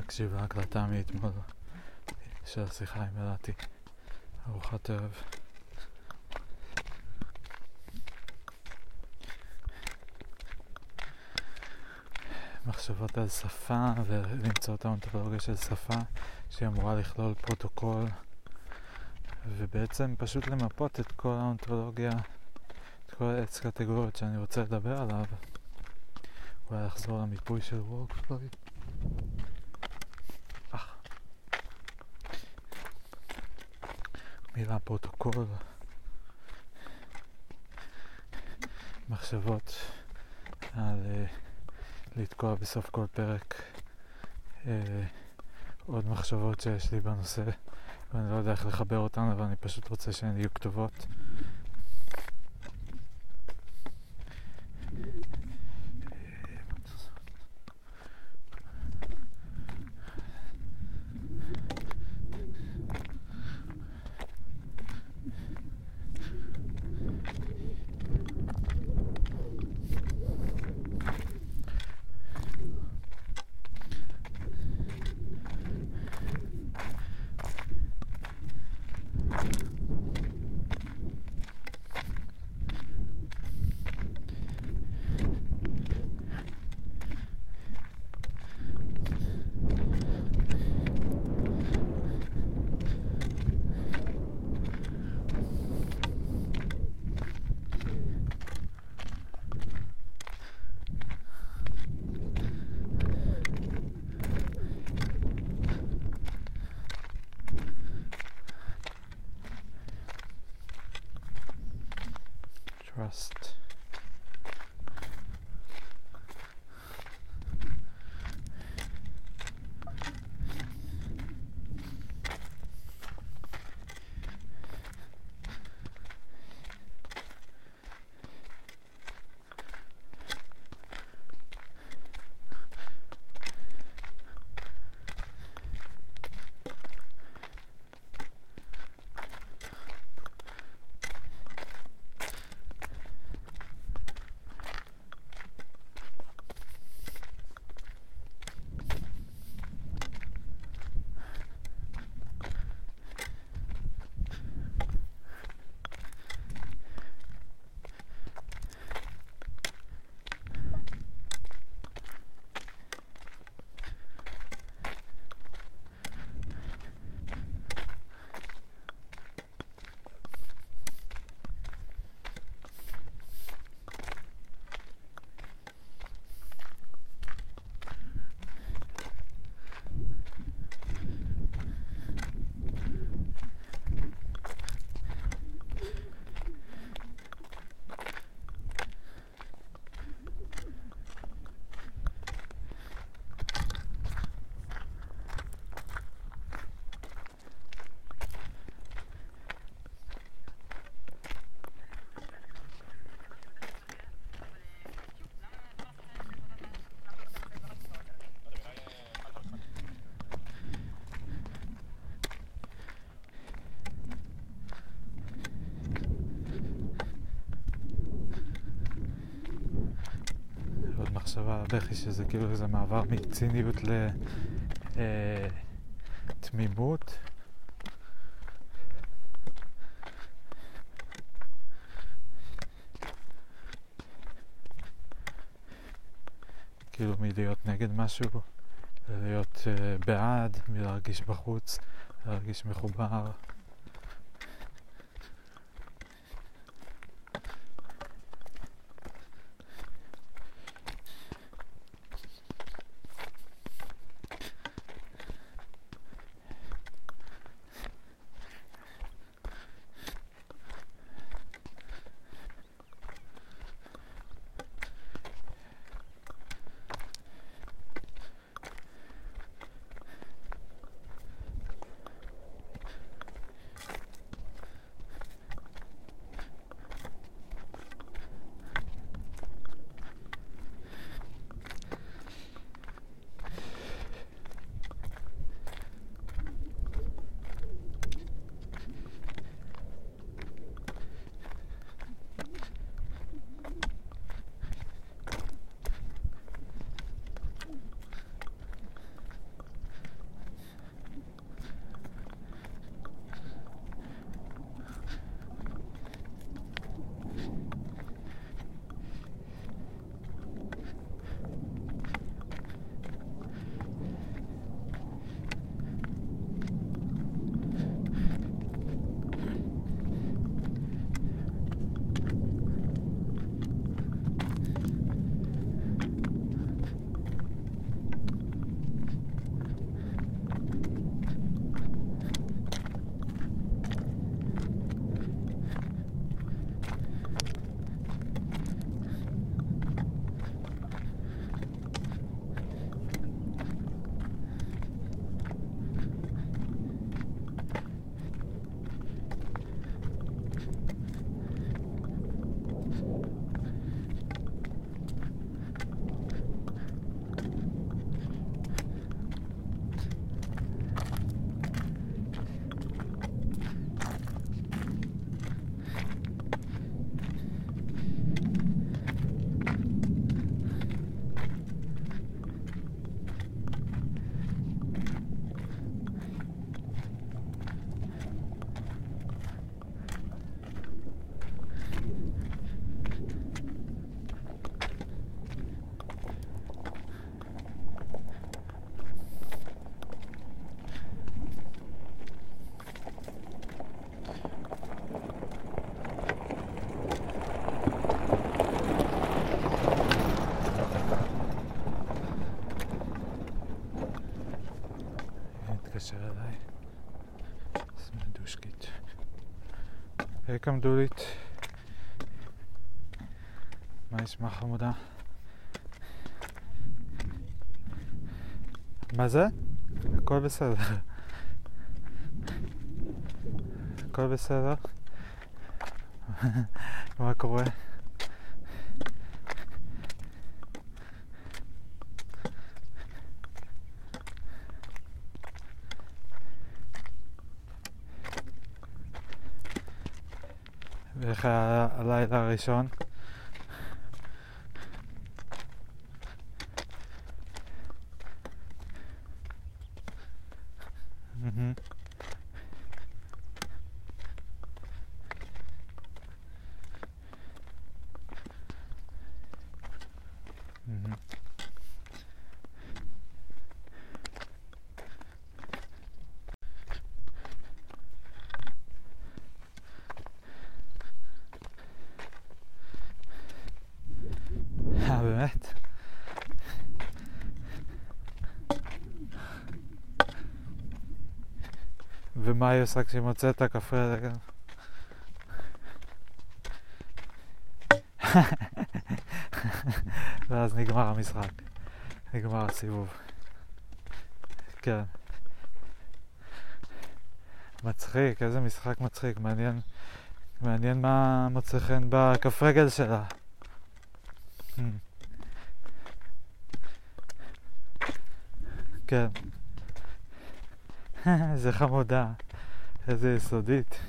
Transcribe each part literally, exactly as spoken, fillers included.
תקשיב להקלטה מאתמול של השיחה עם אלעתי, ארוחת ערב. מחשבות על שפה ולמצוא את האונתולוגיה של שפה שהיא אמורה לכלול פרוטוקול ובעצם פשוט למפות את כל האונתולוגיה, את כל העץ קטגוריות שאני רוצה לדבר עליו. אולי לחזור למיפוי של וורקפלוי. מילה פרוטוקול, מחשבות על uh, לתקוע בסוף כל פרק uh, עוד מחשבות שיש לי בנושא ואני לא יודע איך לחבר אותן, אבל אני פשוט רוצה שהן יהיו כתובות. Trust. מחשבה בכי שזה כאילו איזה מעבר מציניות לתמימות. כאילו מלהיות נגד משהו, להיות uh, בעד, מלהרגיש בחוץ, להרגיש מחובר. היי קמדולית, מה נשמע חמודה? מה זה? הכל בסדר. הכל בסדר? מה קורה? ואיך היה הלילה הראשון? מהמם. מהמם. אה, באמת? ומה היא עושה כשהיא מוצאת את הקפה? ואז נגמר המשחק, נגמר הסיבוב. כן, מצחיק, איזה משחק מצחיק. מעניין, מעניין מה מוצא חן בכף רגל שלה. כן. איזה חמודה, איזה יסודית.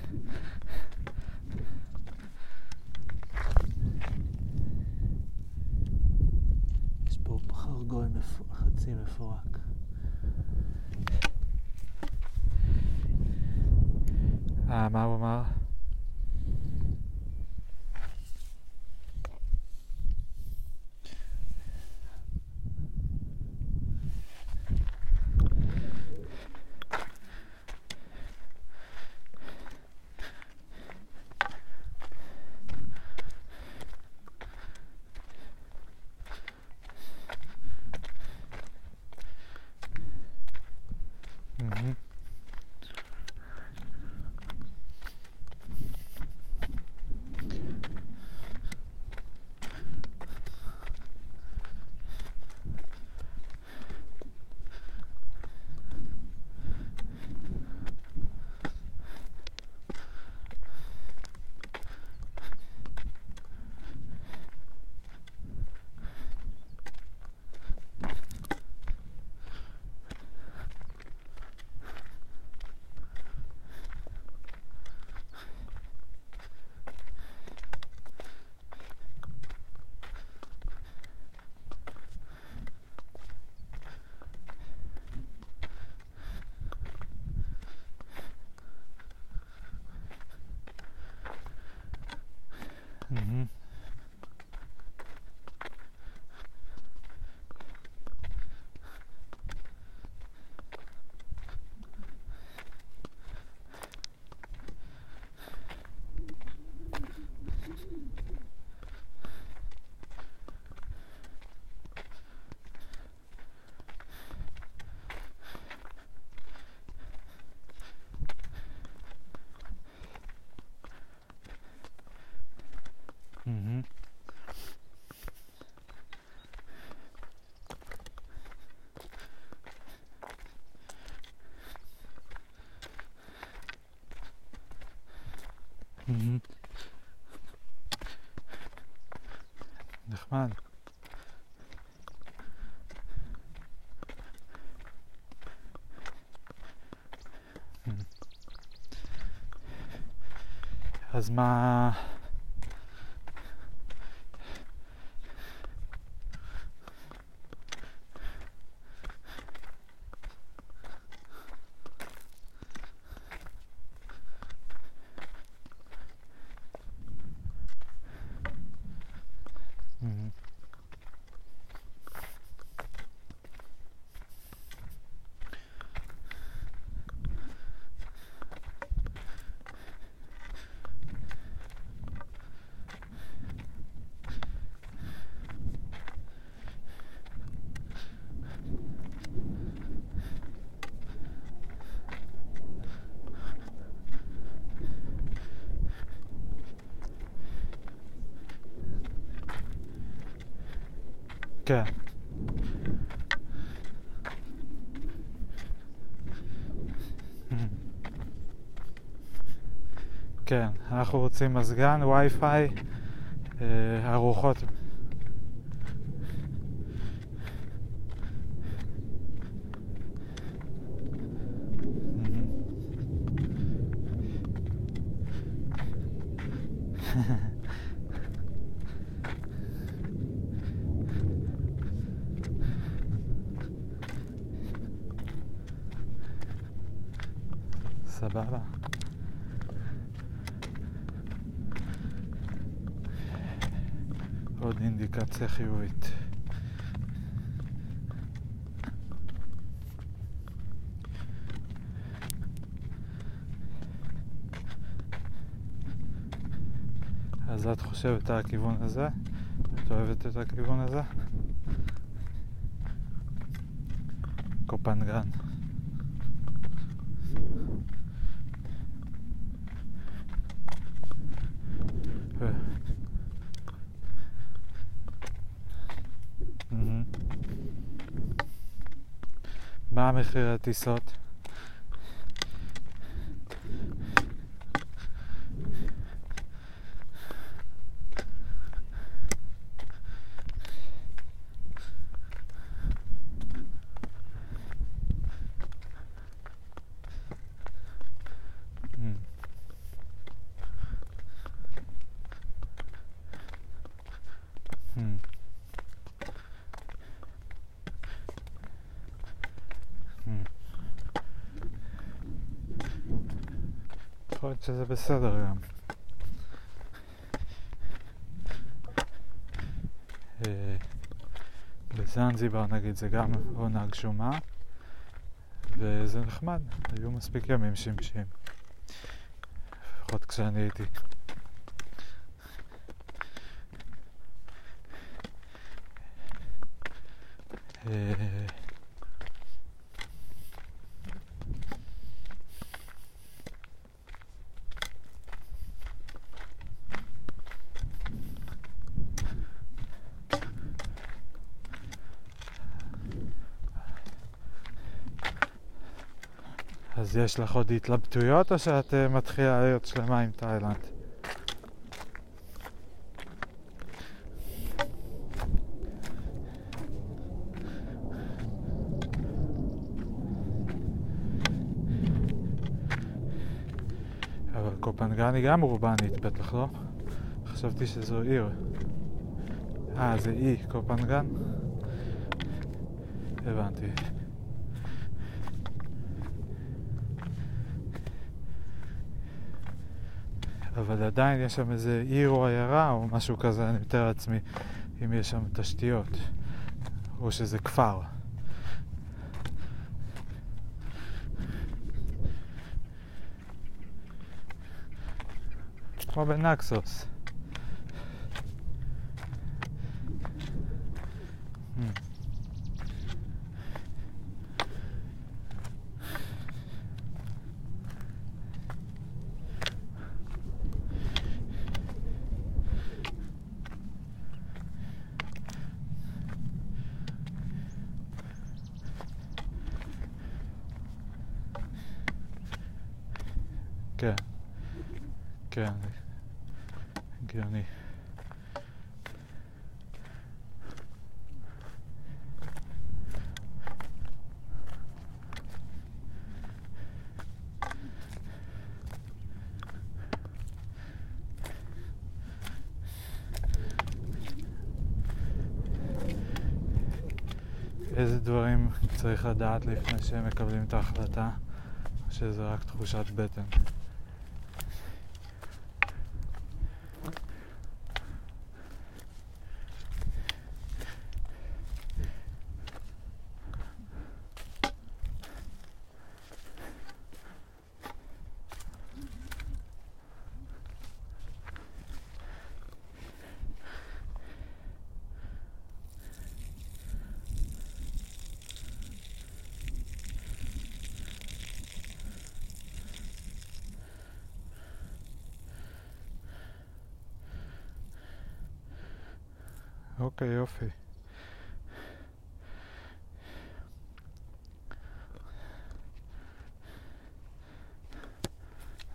יש פה חרגול חצי מפורק. אה, מה הוא אמר? Mhm. Mhm. Mhm. Mhm. נחמד. אז מה... Mhm. כן. כן, אנחנו רוצים מזגן, וי-פיי, אה, ארוחות. סבבה. עוד אינדיקציה חיובית. אז את חושבת על הכיוון הזה? את אוהבת את הכיוון הזה? קופנגן. מה המחיר הטיסות? יכול להיות שזה בסדר גם. בזנזיבר נגיד זה גם עונה גשומה וזה נחמד, היו מספיק ימים שמשים לפחות כשאני הייתי. אז יש לך עוד התלבטויות או שאת uh, מתחילה להיות שלמה עם תאילנד? אבל קופנגן היא גם אורבנית בטח, לא? חשבתי שזו עיר. אה, זה אי, קופנגן? הבנתי. אבל עדיין יש שם איזה עיר או עיירה או משהו כזה, אני מתאר לעצמי, אם יש שם תשתיות, או שזה כפר. כמו בנקסוס. כן, כן, הגיוני. איזה דברים צריך לדעת לפני שהם מקבלים את ההחלטה, או שזה רק תחושת בטן? אוקיי, יופי.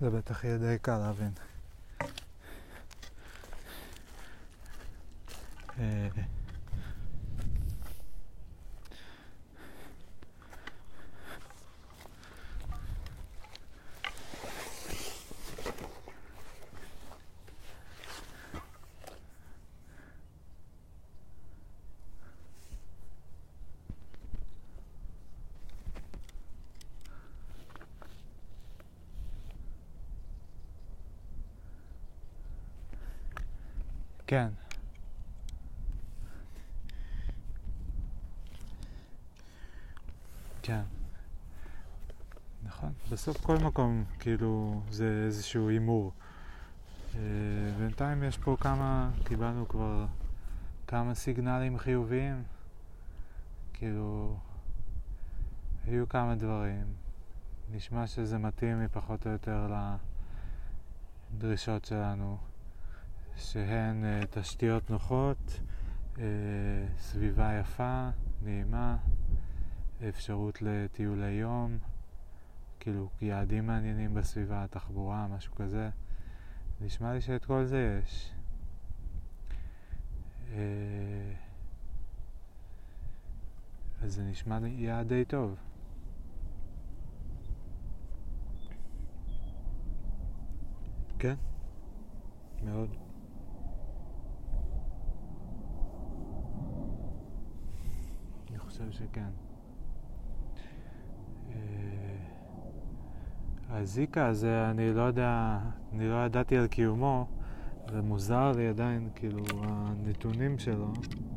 זה בטח יהיה די קל להבין. כן. כן. נכון. בסוף כל מקום, כאילו, זה איזשהו אימור. בינתיים יש פה כמה, קיבלנו כבר כמה סיגנלים חיוביים. כאילו, היו כמה דברים. נשמע שזה מתאים מפחות או יותר לדרישות שלנו. שהן uh, תשתיות נוחות, uh, סביבה יפה, נעימה, אפשרות לטיולי יום, כאילו יעדים מעניינים בסביבה, תחבורה, משהו כזה. נשמע לי שאת כל זה יש. Uh, אז זה נשמע לי יעד די טוב. כן? מאוד. אני חושב שכן. הזיקה הזה, אני לא יודע, אני לא ידעתי על קיומו, זה מוזר לי עדיין, כאילו, הנתונים שלו,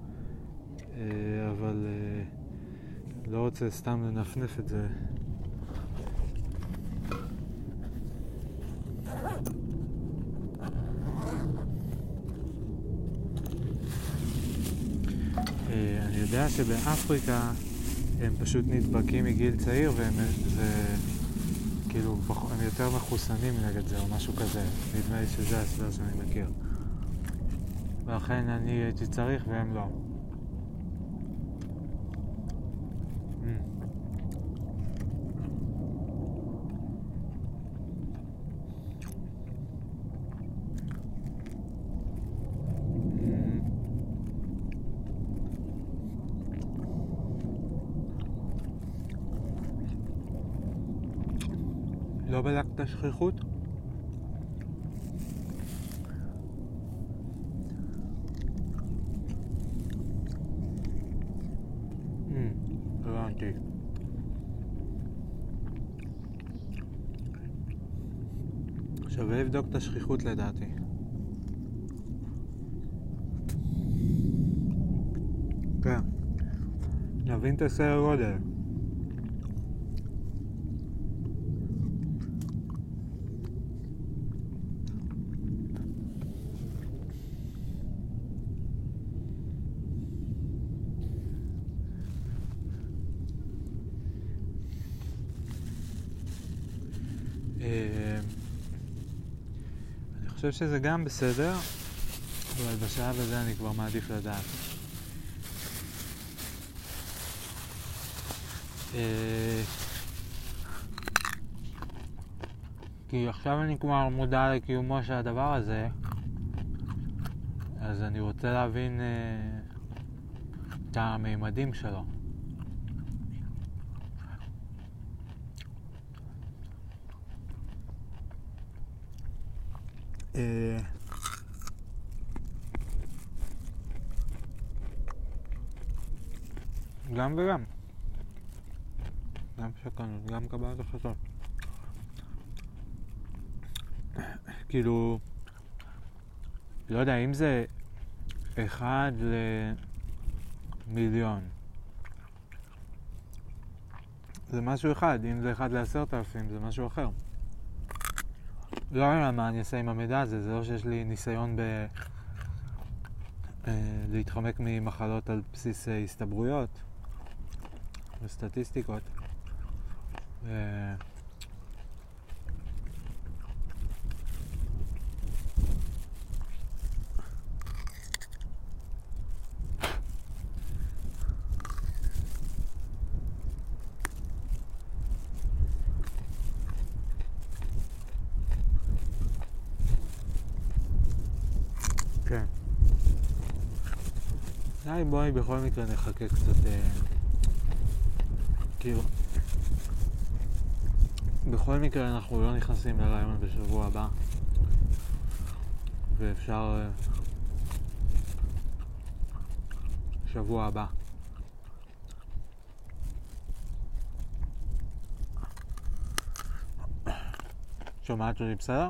אבל לא רוצה סתם לנפנף את זה. אני יודע שבאפריקה הם פשוט נדבקים מגיל צעיר והם זה, כאילו, הם יותר מחוסנים נגד זה או משהו כזה. נדמה לי שזה הסבר שאני מכיר. ולכן אני הייתי צריך והם לא. לא בדקת שכיחות? הבנתי. שווה לבדוק את השכיחות לדעתי. כן. נבין את הסדר גודל. אני חושב שזה גם בסדר, אבל בשלב הזה אני כבר מעדיף לדעת. כי עכשיו אני כבר מודע לקיומו של הדבר הזה, אז אני רוצה להבין את הממדים שלו. גם וגם. גם שקנות, גם קבלת החלטות. כאילו, לא יודע, אם זה אחד למיליון, זה משהו אחד. אם זה אחד לעשרת אלפים, זה משהו אחר. לא יודע מה אני אעשה עם המידע הזה, זה לא שיש לי ניסיון ב... להתחמק ממחלות על בסיס הסתברויות וסטטיסטיקות. כן. די, בואי בכל מקרה נחכה קצת, אה, כאילו, בכל מקרה אנחנו לא נכנסים לרעיון בשבוע הבא, ואפשר אה, שבוע הבא. שומעת אותי בסדר?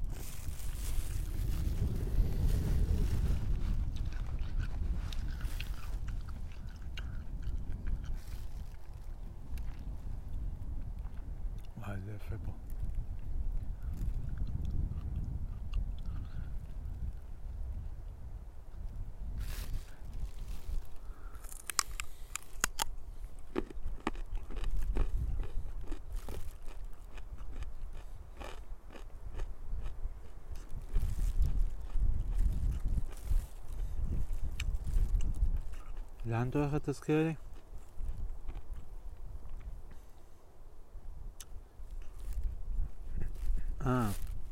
וואי, זה יפה פה. לאן את הולכת תזכירי לי? אה.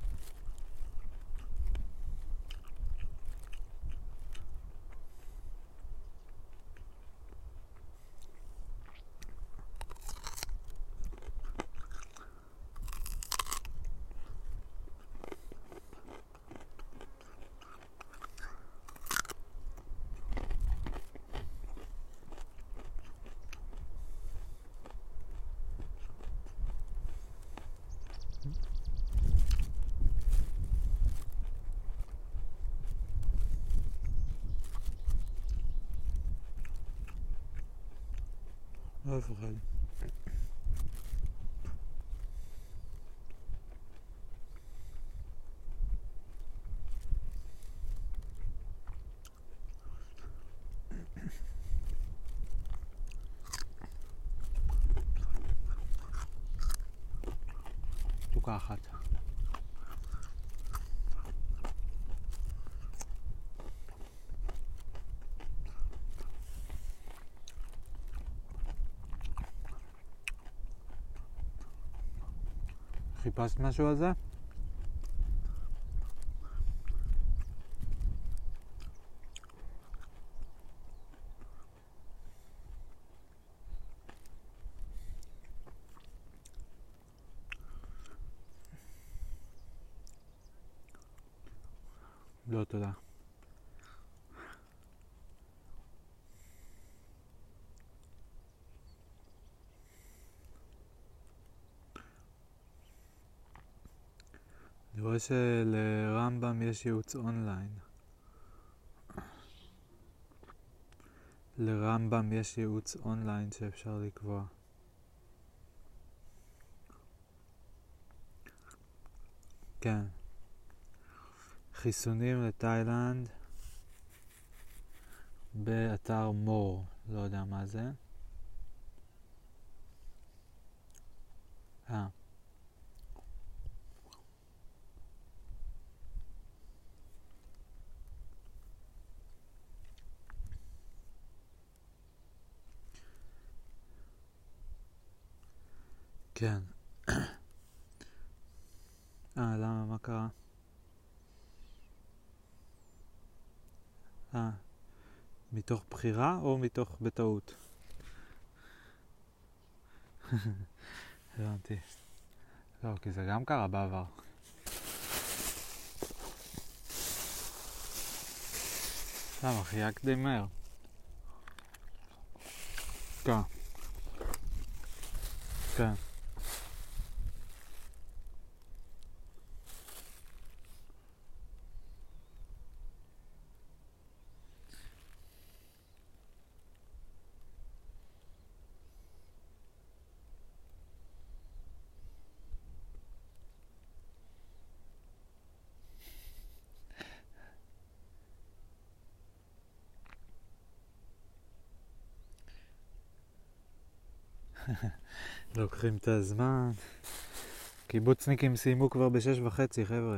לא לפחד. תוקה אחת. חיפשת משהו על זה? לא, תודה. אני רואה שלרמב"ם יש ייעוץ אונליין. לרמב"ם יש ייעוץ אונליין שאפשר לקבוע. כן. חיסונים לתאילנד באתר מור. לא יודע מה זה. אה. כן. אה, למה? מה קרה? אה, מתוך בחירה או מתוך בטעות? הבנתי. לא, כי זה גם קרה בעבר. למה? חייק די מהר. כן. כן. לוקחים את הזמן. קיבוצניקים סיימו כבר בשש וחצי, חבר'ה.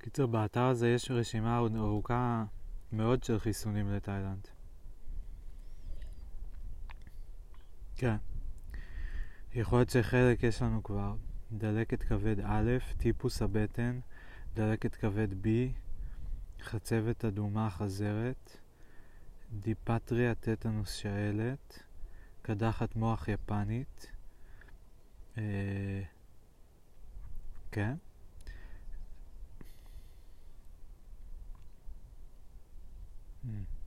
קיצר, באתר הזה יש רשימה ארוכה מאוד של חיסונים לתאילנד. כן. יכול להיות שחלק יש לנו כבר דלקת כבד א', טיפוס הבטן, דלקת כבד B, חצבת אדומה חזרת, דיפטריה טטנוס שאלת, קדחת מוח יפנית, אה, כן. Mm.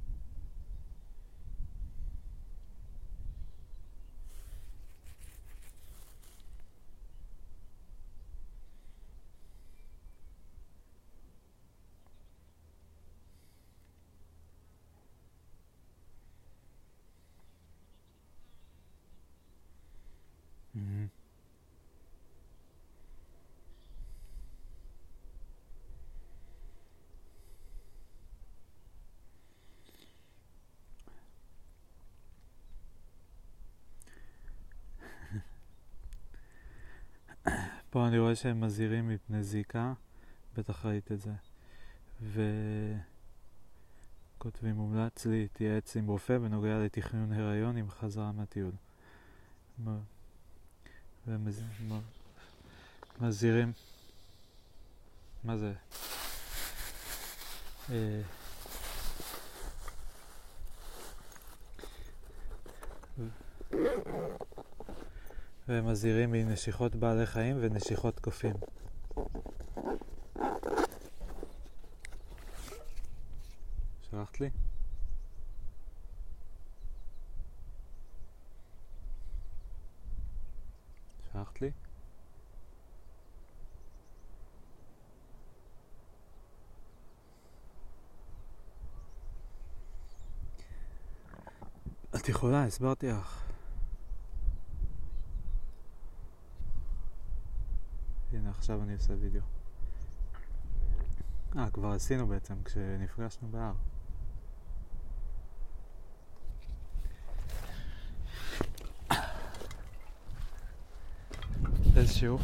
Mm-hmm. פה אני רואה שהם מזהירים מפני זיקה, בטח ראית את זה. וכותבים מומלץ להתייעץ עם רופא בנוגע לתכנון הריון עם חזרה מהטיול. ומזהירים, מה זה? והם מזהירים מנשיכות בעלי חיים ונשיכות קופים. שלחת לי? שלחת לי? את יכולה, הסברתי לך. הנה, עכשיו אני עושה וידאו. אה, כבר עשינו בעצם כשנפגשנו בהר. איזה שיעור?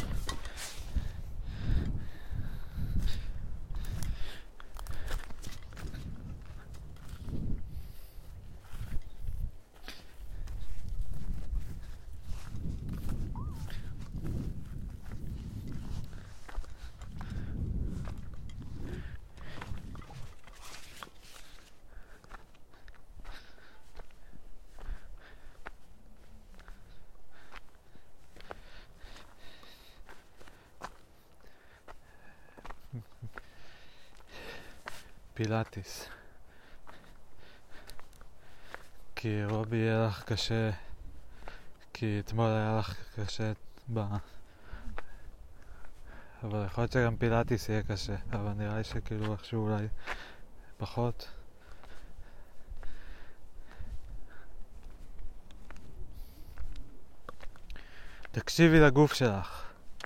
פילאטיס. כי רובי יהיה לך קשה, כי אתמול היה לך קשה ב... אבל יכול להיות שגם פילאטיס יהיה קשה, אבל נראה לי שכאילו איכשהו אולי פחות. תקשיבי לגוף שלך.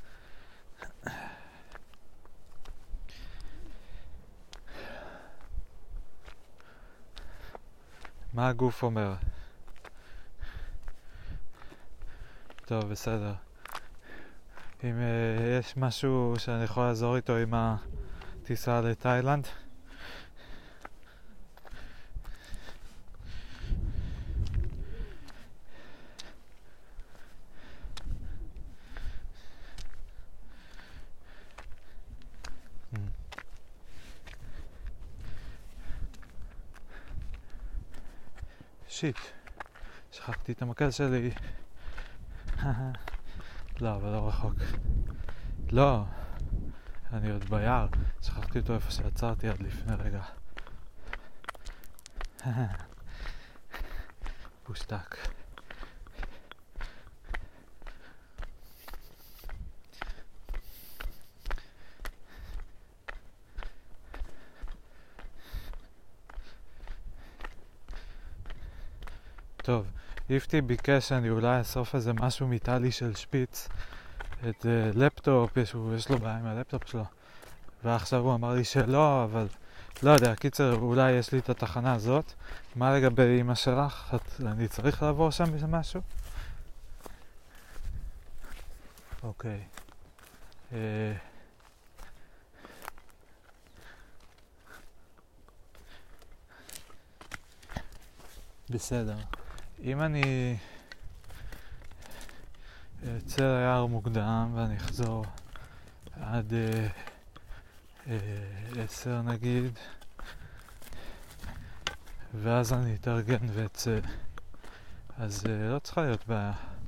מה הגוף אומר? טוב, בסדר. אם uh, יש משהו שאני יכול לעזור איתו עם הטיסה לתאילנד? שיט, שכחתי את המקל שלי. לא, אבל לא רחוק. לא, אני עוד ביער. שכחתי אותו איפה שעצרתי עד לפני רגע. פושטק. טוב, איפתי ביקש שאני אולי אסוף איזה משהו מטלי של שפיץ, את uh, לפטופ, יש, יש לו בעיה עם הלפטופ שלו, ועכשיו הוא אמר לי שלא, אבל לא יודע, קיצר, אולי יש לי את התחנה הזאת. מה לגבי אמא שלך? את, אני צריך לעבור שם בזה משהו? אוקיי. אה... בסדר. אם אני אצא ליער מוקדם ואני אחזור עד אה, אה, עשר נגיד, ואז אני אתארגן ואצא, אז אה, לא צריכה להיות בעיה.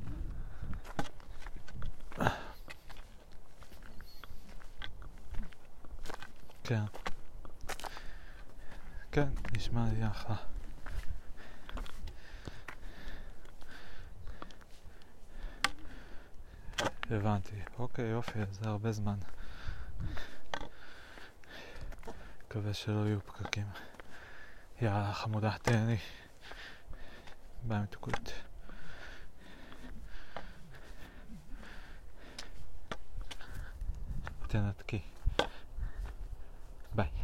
כן. כן, נשמע לי אחלה. הבנתי. אוקיי, יופי, אז זה הרבה זמן. מקווה שלא יהיו פקקים. יאללה, חמודה, תהני. ביי מתוקות. תנתקי. ביי.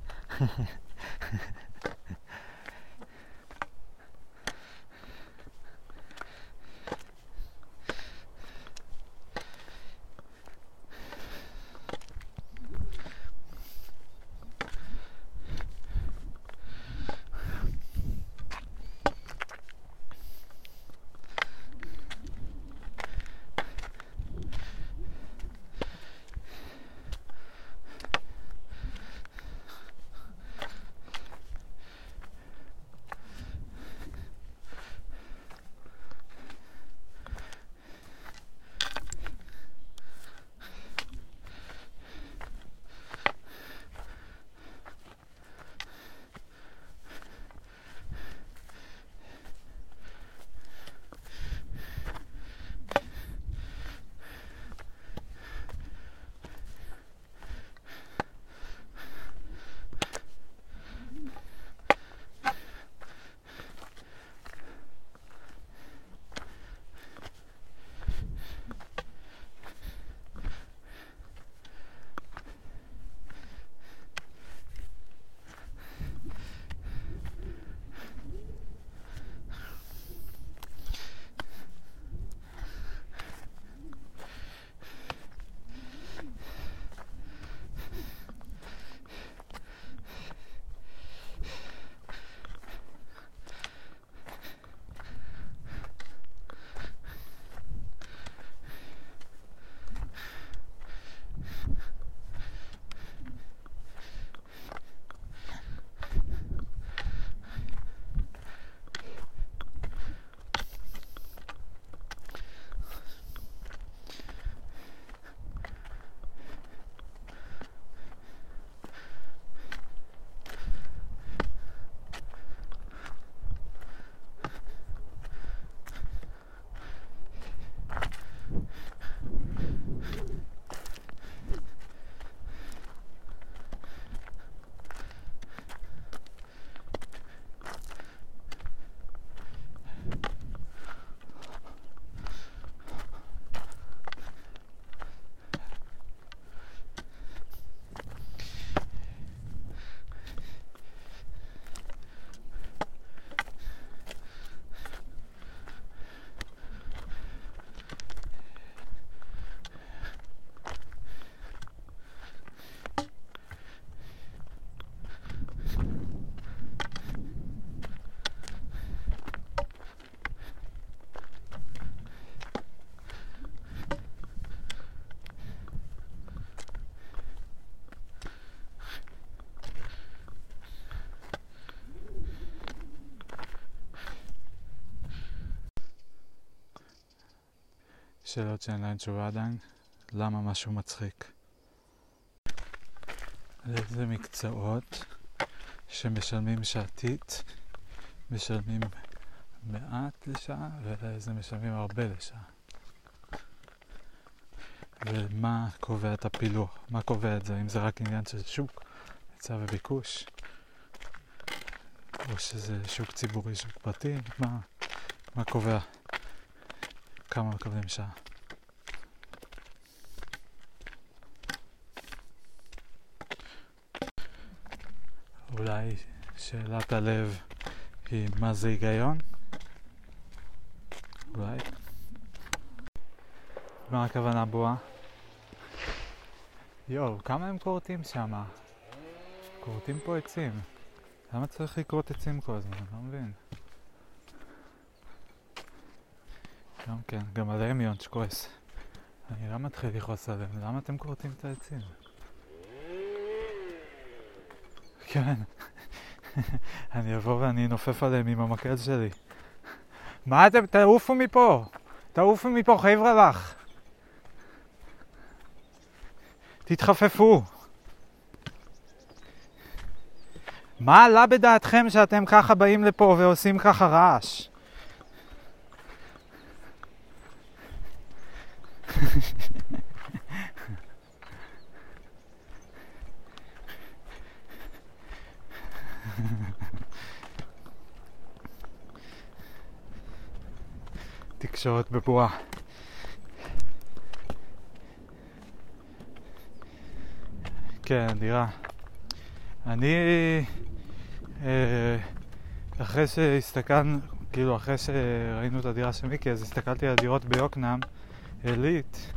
שאלות שאין להן תשובה עדיין. למה משהו מצחיק? לאיזה מקצועות שמשלמים שעתית משלמים מעט לשעה, ולאיזה משלמים הרבה לשעה? ומה קובע את הפילוח? מה קובע את זה? אם זה רק עניין של שוק, היצע וביקוש, או שזה שוק ציבורי, שוק פרטי? מה, מה קובע כמה מקבלים שעה? אולי שאלת הלב היא מה זה היגיון? אולי. מה הכוונה בועה? יואו, כמה הם קורטים שמה? קורטים פה עצים. למה צריך לקרות עצים כל הזמן? אני לא מבין. גם כן, גם עליהם יונץ' כועס. אני לא מתחיל לכעוס עליהם, למה אתם כורתים את העצים? כן. אני אבוא ואני נופף עליהם עם המקל שלי. מה אתם? תעופו מפה! תעופו מפה, חבר'ה לך! תתחפפו! מה עלה בדעתכם שאתם ככה באים לפה ועושים ככה רעש? תקשורת בבועה. כן, דירה. אני אחרי שהסתכלנו, כאילו אחרי שראינו את הדירה של מיקי, אז הסתכלתי על דירות ביוקנעם, עילית,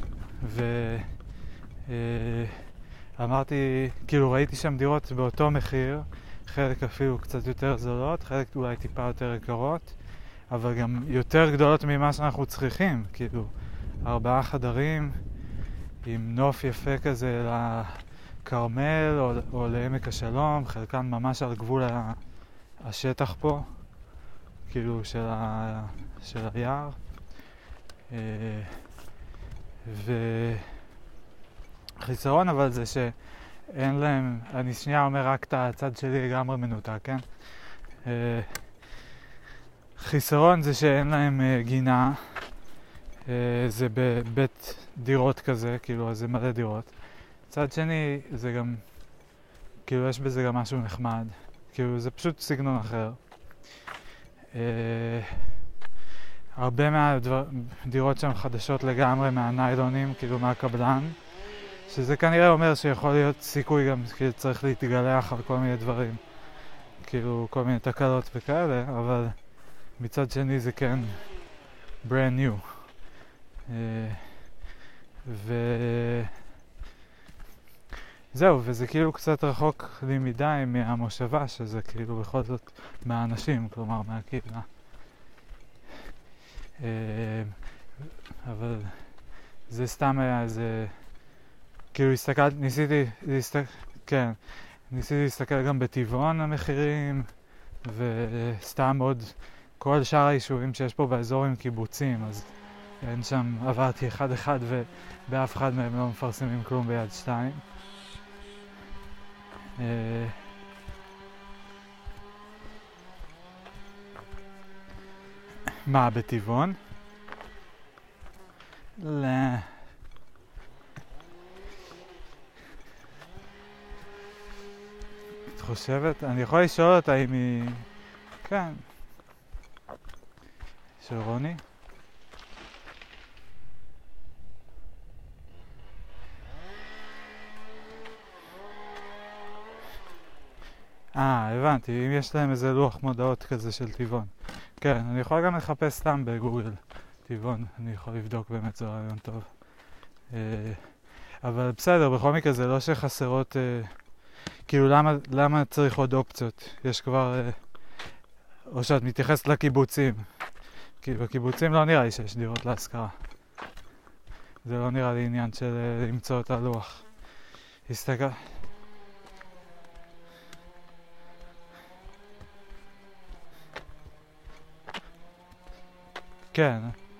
ואמרתי, כאילו ראיתי שם דירות באותו מחיר, חלק אפילו קצת יותר זולות, חלק אולי טיפה יותר יקרות, אבל גם יותר גדולות ממה שאנחנו צריכים, כאילו ארבעה חדרים עם נוף יפה כזה לקרמל או, או לעמק השלום, חלקן ממש על גבול השטח פה, כאילו של, ה, של היער. וחיסרון אבל זה שאין להם, אני שנייה אומר רק את הצד שלי לגמרי מנותק, כן? חיסרון זה שאין להם uh, גינה, uh, זה בבית דירות כזה, כאילו זה מלא דירות. צד שני זה גם, כאילו יש בזה גם משהו נחמד, כאילו זה פשוט סגנון אחר. Uh, הרבה מהדירות שם חדשות לגמרי מהניילונים, כאילו מהקבלן, שזה כנראה אומר שיכול להיות סיכוי גם כאילו צריך להתגלח על כל מיני דברים, כאילו כל מיני תקלות וכאלה, אבל מצד שני זה כן brand new. וזהו, וזה כאילו קצת רחוק לי מדי מהמושבה, שזה כאילו בכל זאת מהאנשים, כלומר מהקהילה. אבל זה סתם היה איזה, כאילו הסתכלתי, ניסיתי להסתכל, כן, ניסיתי להסתכל גם בטבעון המחירים, וסתם עוד כל שאר היישובים שיש פה באזור עם קיבוצים, אז אין שם, עברתי אחד אחד ובאף אחד מהם לא מפרסמים כלום ביד שתיים. מה, בטבעון? לא. את חושבת? אני יכול לשאול אותה אם היא... כן. של רוני? אה, הבנתי, אם יש להם איזה לוח מודעות כזה של טבעון. כן, אני יכול גם לחפש סתם בגוגל טבעון, אני יכול לבדוק, באמת זה רעיון טוב. אבל בסדר, בכל מקרה זה לא שחסרות, כאילו למה, למה צריך עוד אופציות? יש כבר, או שאת מתייחסת לקיבוצים. כי בקיבוצים לא נראה לי שיש דירות להשכרה. זה לא נראה לי עניין של למצוא את הלוח. הסתכל... כן.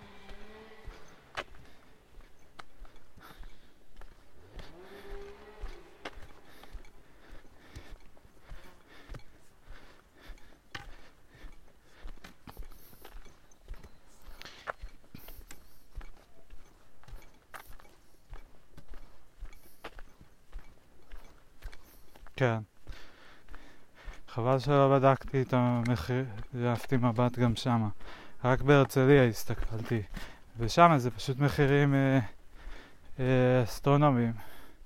כן. חבל שלא בדקתי את המחיר, העפתי מבט גם שמה. רק בהרצליה הסתכלתי, ושם זה פשוט מחירים אה, אה, אסטרונומיים.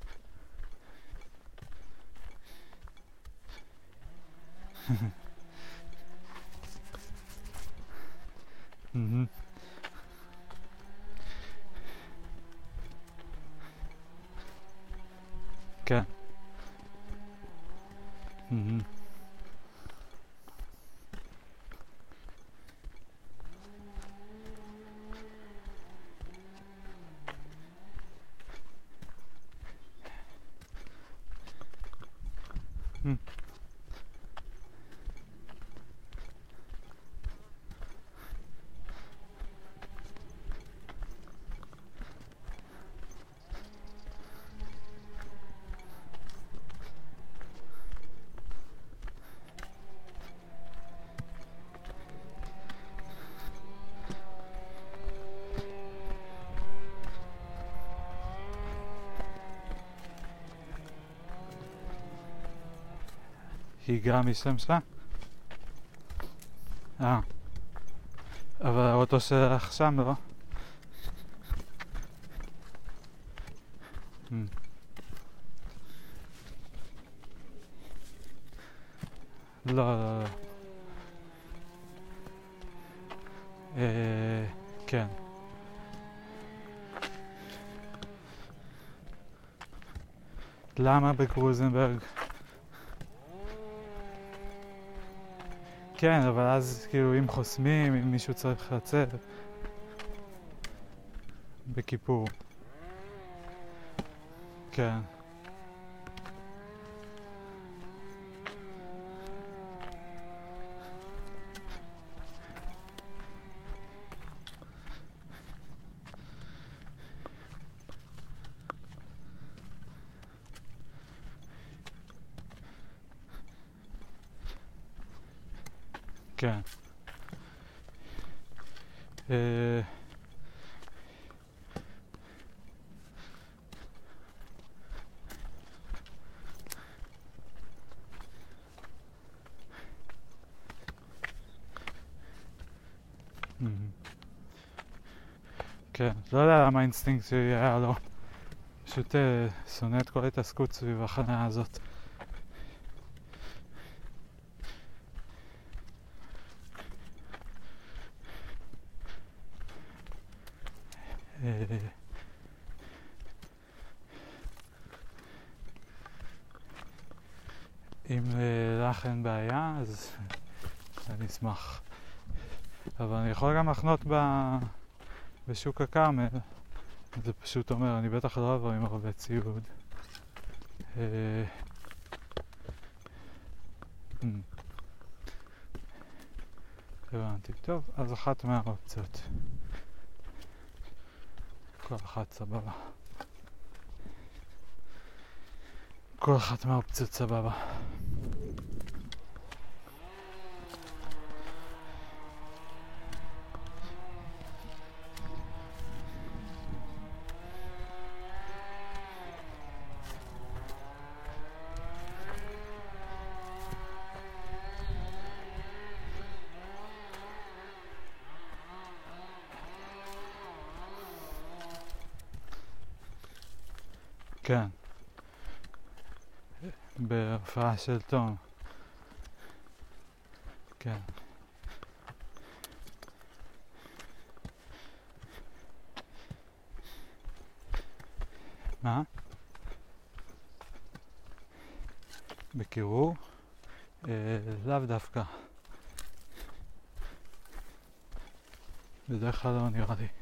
כן. היא גם השתמשה? אה. אבל האוטו שלך שם, לא? לא, לא, לא. אה, כן. למה בגרוזנברג? כן, אבל אז כאילו אם חוסמים, אם מישהו צריך לצאת בכיפור. כן. כן. אה... כן, לא יודע למה האינסטינקט שלי היה לו. פשוט שונא את כל ההתעסקות סביב החניה הזאת. אם לך אין בעיה, אז אני אשמח. אבל אני יכול גם לחנות ב... בשוק הכרמל. זה פשוט אומר, אני בטח לא אבוא עם הרבה ציוד. הבנתי. טוב, אז אחת מהאופציות. כל אחת סבבה. כל אחת מהאופציות סבבה. כן. בהופעה של תום. כן. מה? בקירור? אה, לאו דווקא. בדרך כלל לא נראה לי.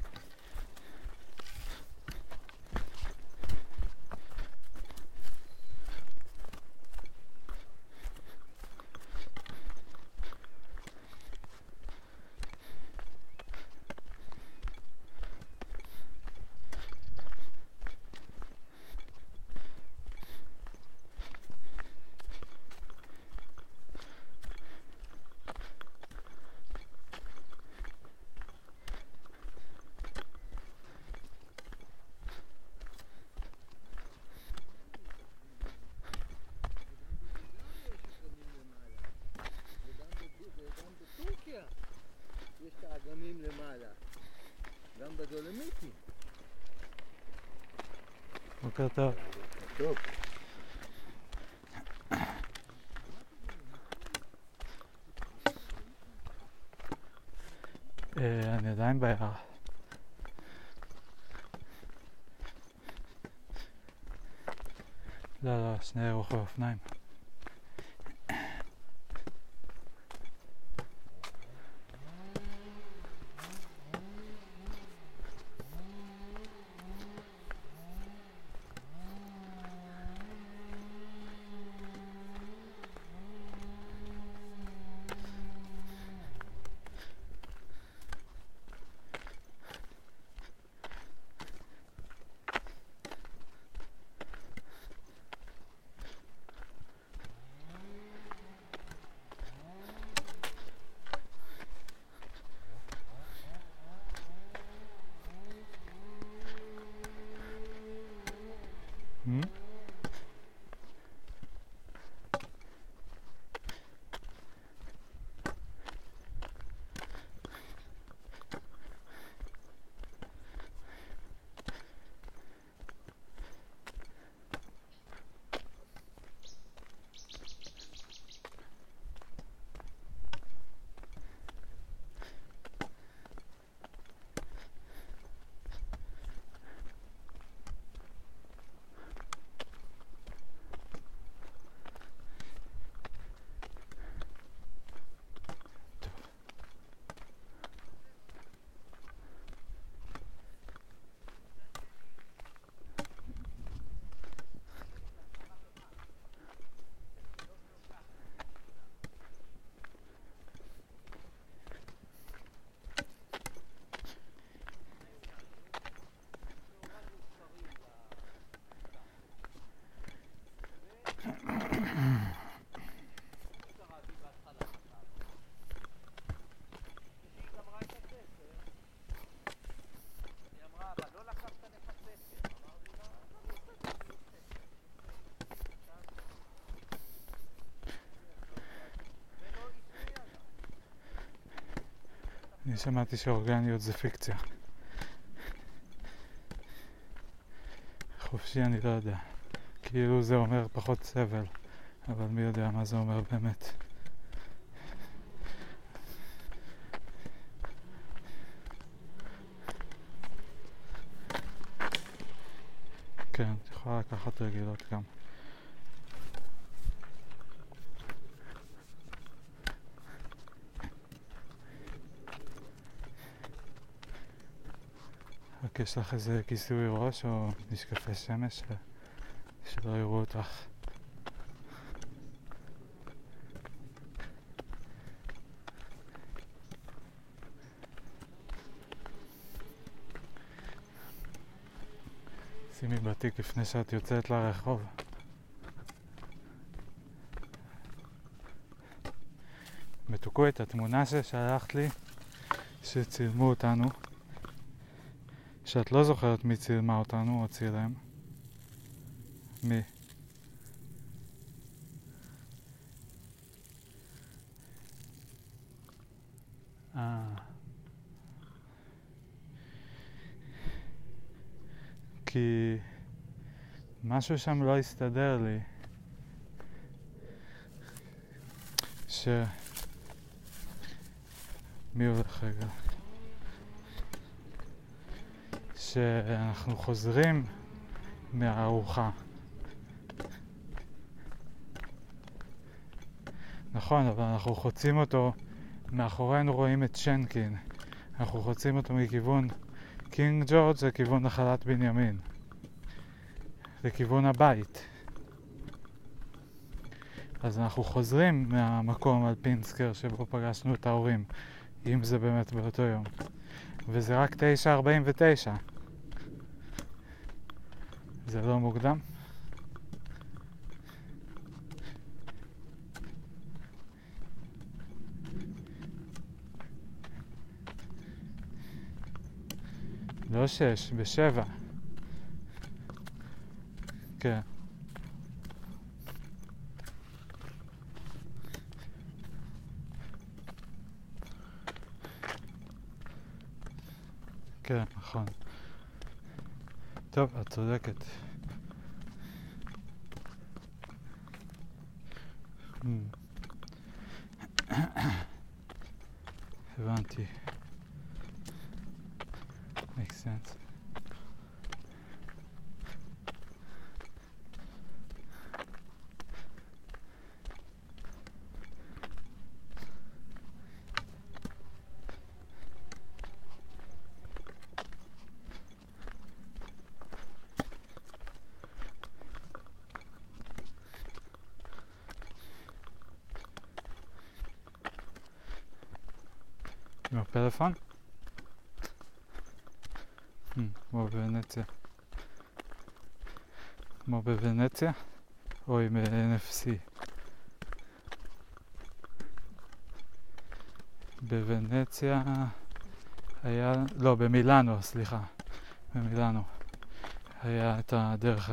יש את האגמים למעלה, גם בדולומיטי. בוקר טוב. טוב. אה, אני עדיין ביער. לא, לא, שני רוכבי אופניים. אני שמעתי שאורגניות זה פיקציה. חופשי אני לא יודע. כאילו זה אומר פחות סבל, אבל מי יודע מה זה אומר באמת. כן, את יכולה לקחת רגילות גם. רק יש לך איזה כיסוי ראש או משקפי שמש שלא יראו אותך. שימי בתיק לפני שאת יוצאת לרחוב. מתוקו את התמונה ששלחת לי, שצילמו אותנו, שאת לא זוכרת מי צילמה אותנו או צילם. מי? אה. כי משהו שם לא הסתדר לי. ש... מי הולך רגע? שאנחנו חוזרים מהארוחה. נכון, אבל אנחנו חוצים אותו, מאחורינו רואים את שנקין. אנחנו חוצים אותו מכיוון קינג ג'ורג' לכיוון נחלת בנימין. לכיוון הבית. אז אנחנו חוזרים מהמקום על פינסקר שבו פגשנו את ההורים, אם זה באמת באותו יום. וזה רק תשע ארבעים ותשע. זה לא מוקדם? לא שש, בשבע. כן. כן, נכון. טוב, את צודקת. הבנתי. Makes sense. עם הפלאפון? כמו בוונציה. כמו בוונציה? או עם אן אף סי? בוונציה היה... לא, במילאנו, סליחה. במילאנו. היה את הדרך...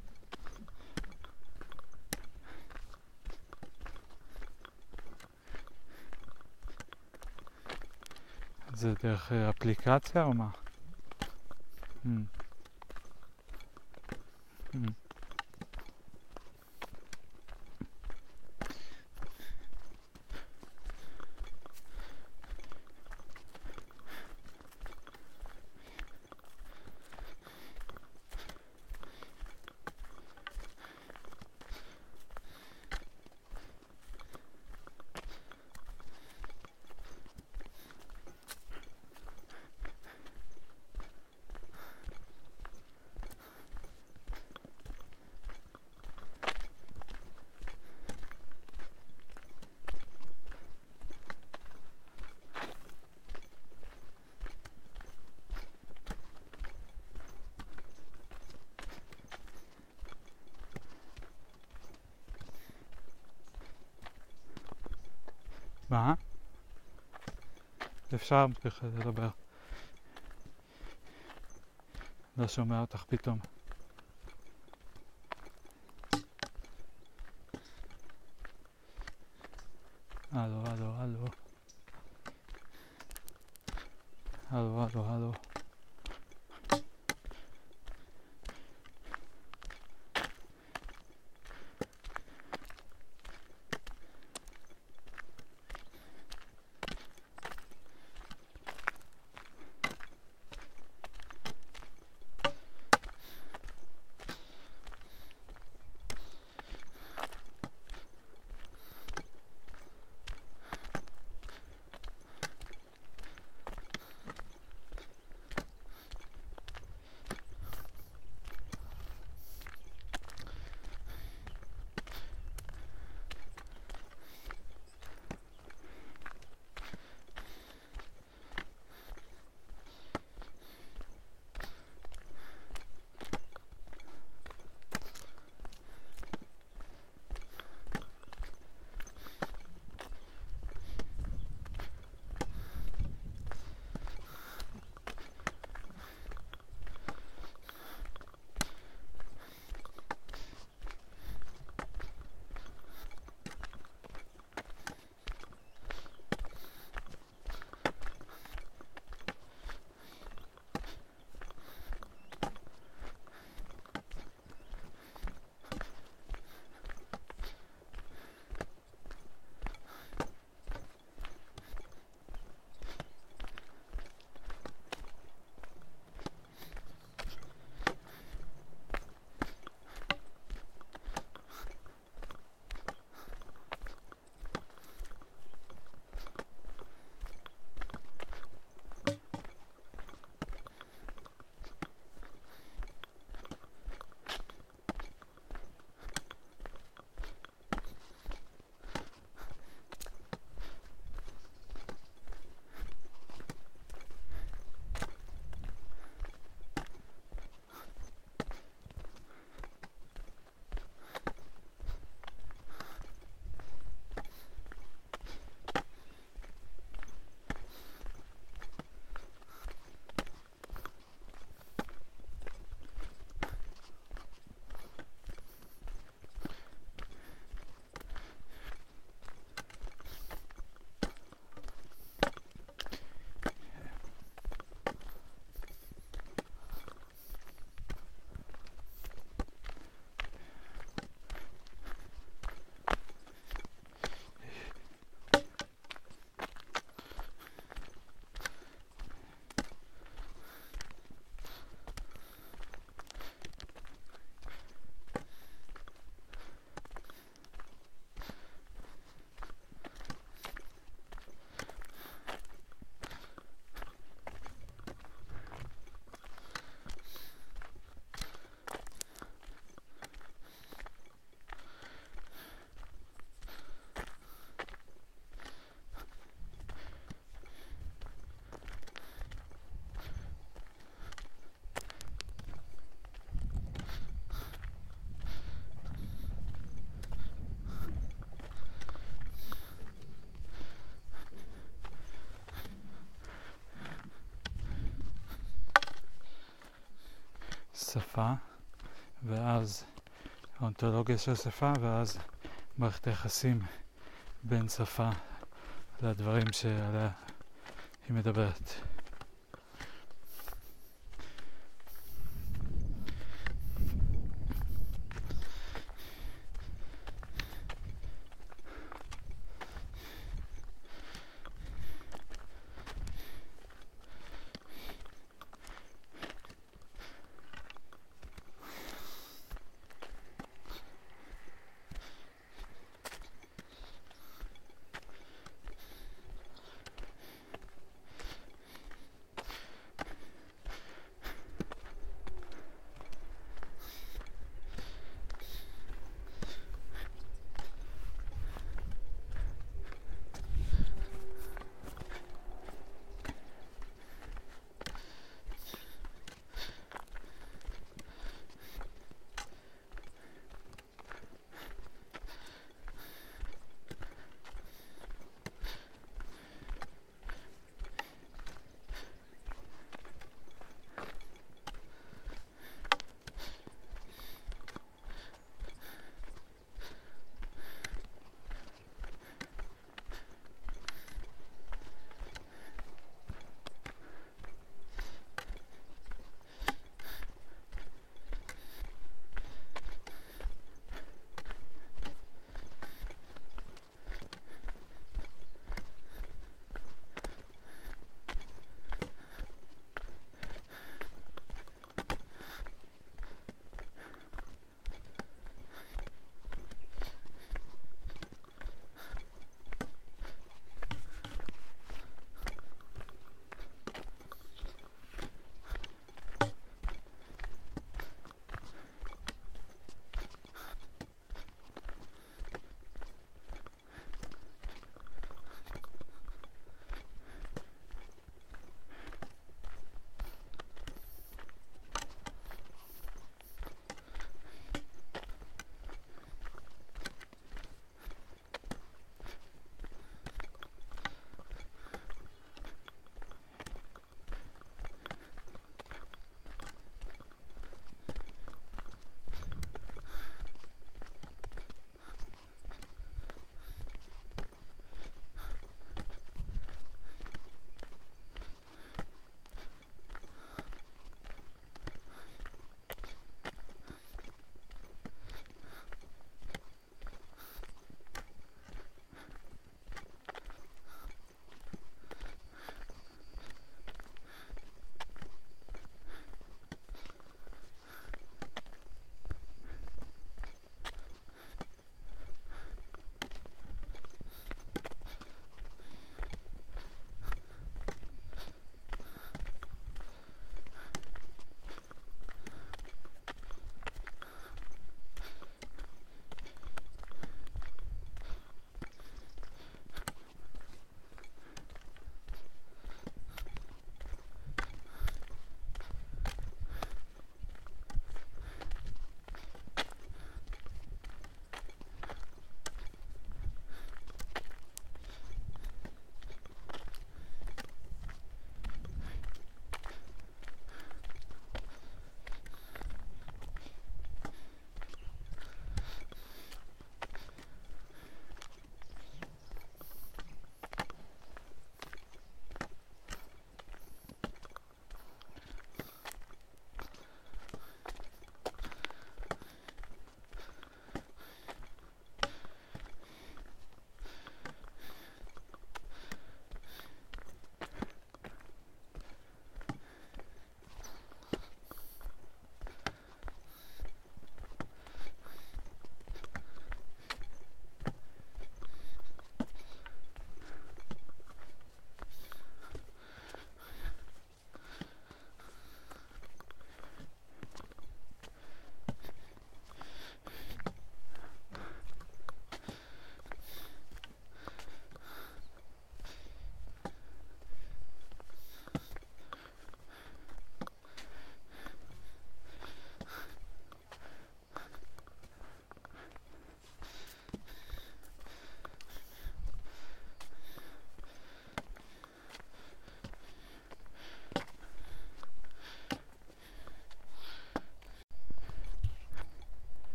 זה דרך אפליקציה או מה? Mm. Mm. מה? אפשר בכלל לדבר. לא שומע אותך פתאום. הלו, הלו, הלו. הלו, הלו, הלו. שפה, ואז האונתולוגיה של שפה, ואז מערכת היחסים בין שפה לדברים שעליה היא מדברת.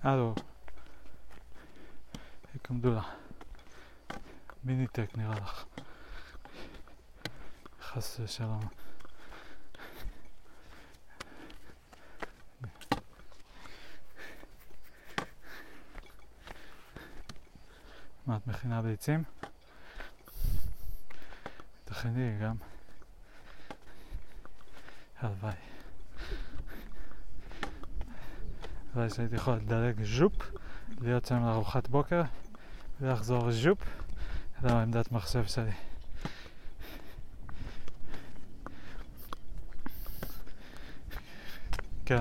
הלו. קמדולה. מיניטק נראה לך. חס ושלום. מה, את מכינה ביצים? תכיני גם. הלוואי. הלוואי שהייתי יכול לדלג ז'ופ, להיות שם לארוחת בוקר, ולחזור ז'ופ. זו העמדת מחשב שלי. כן.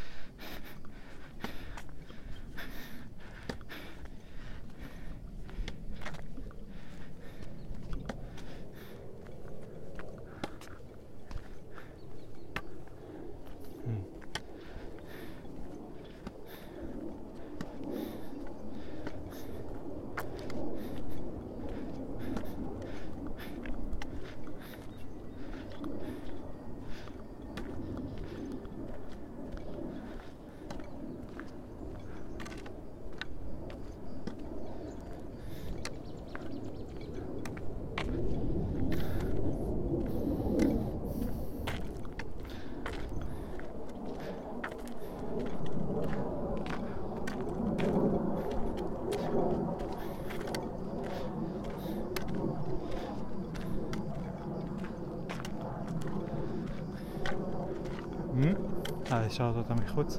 אה, השארת אותה מחוץ?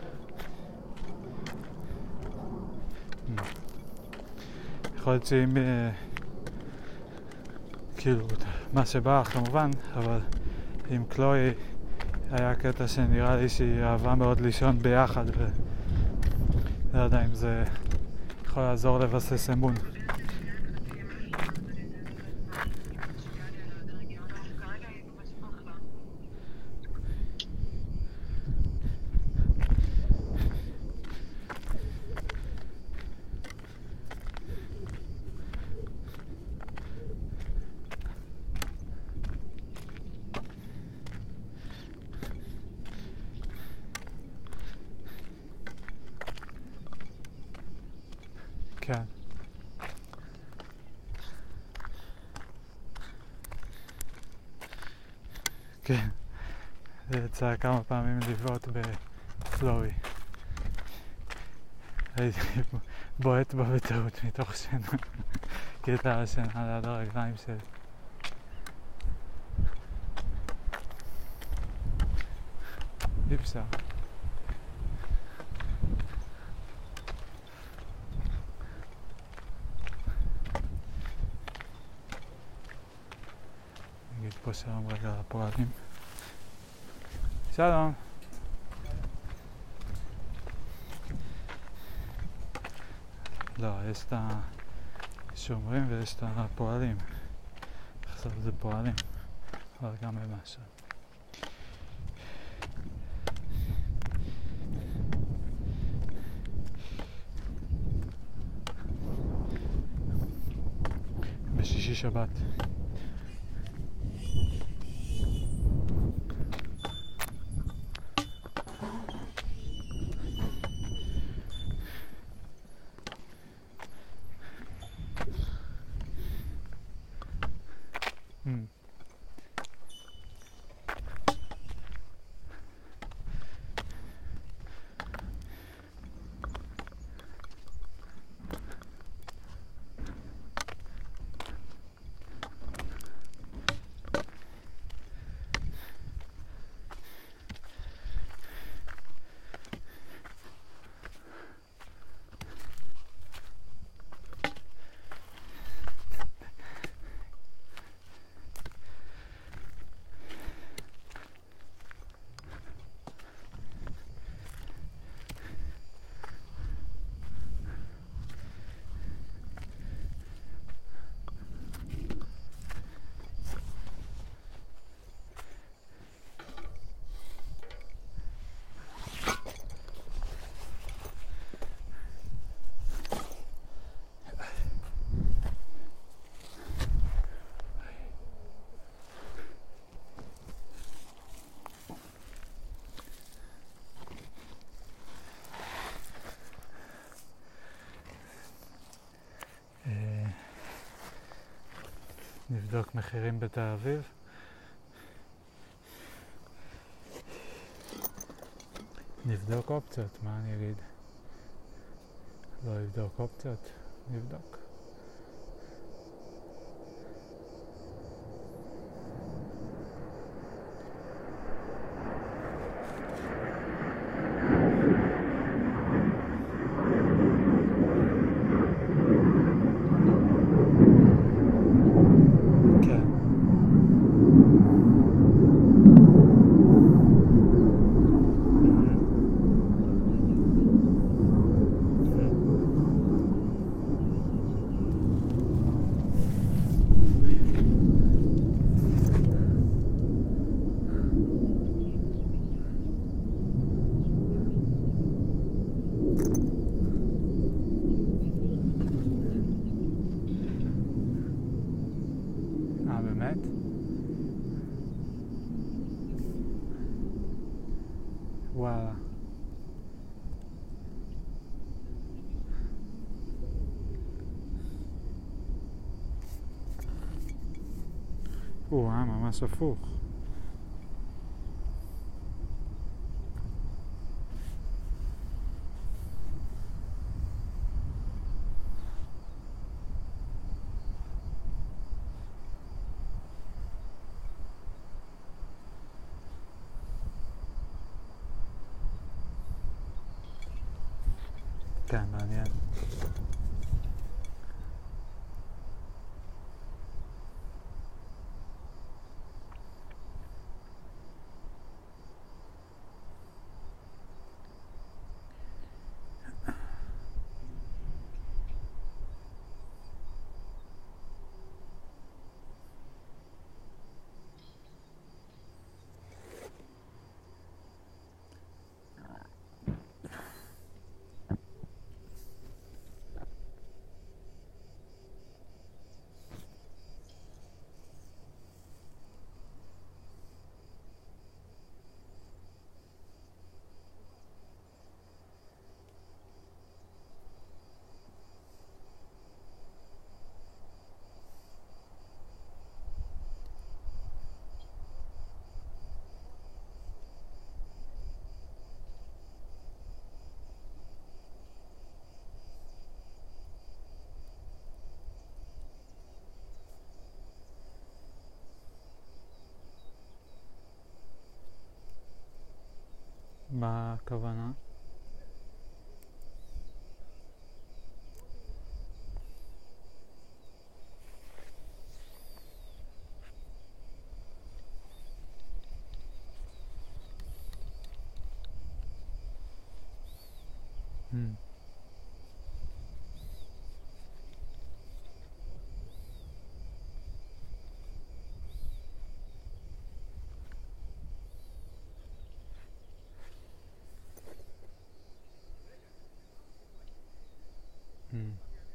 יכול להיות שאם כאילו מה שבא כמובן, אבל עם קלוי היה קטע שנראה לי שהיא אהבה מאוד לישון ביחד ולא יודע אם זה יכול לעזור לבסס אמון. כן. כן. זה יצא כמה פעמים לבעוט בפלורי. הייתי בועט בה בטעות מתוך שינה. כי הייתה שינה ליד הרגליים שלי. אי אפשר. נגיד פה שלום רגע לפועלים. שלום. לא, יש את השומרים ויש את הפועלים. עכשיו זה פועלים, אבל גם במשהו. בשישי שבת. Hmm. נבדוק מחירים בתל אביב. נבדוק אופציות, מה אני אגיד? לא לבדוק אופציות, נבדוק. וואלה. וואה, ממש הפוך. כן, מעניין. מה הכוונה? Hmm. Hmm.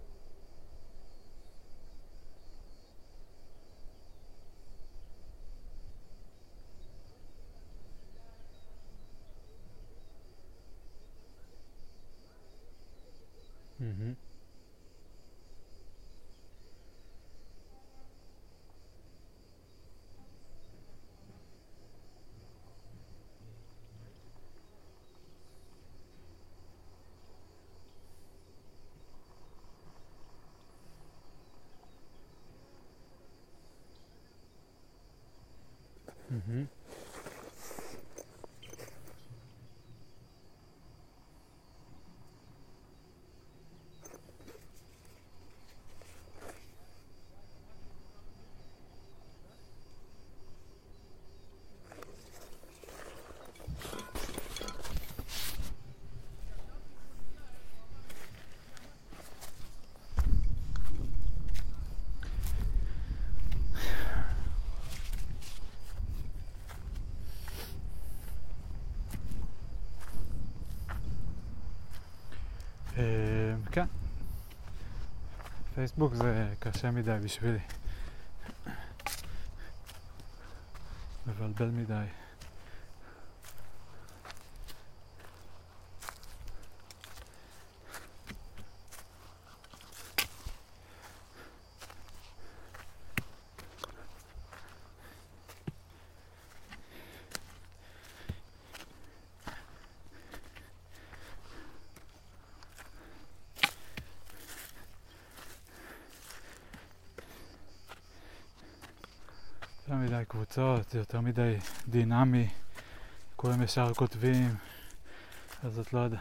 Mhm. Mhm. כן, פייסבוק זה קשה מדי בשבילי, מבלבל מדי. יותר מדי קבוצות, זה יותר מדי דינמי, כולם ישר כותבים, אז את לא יודע.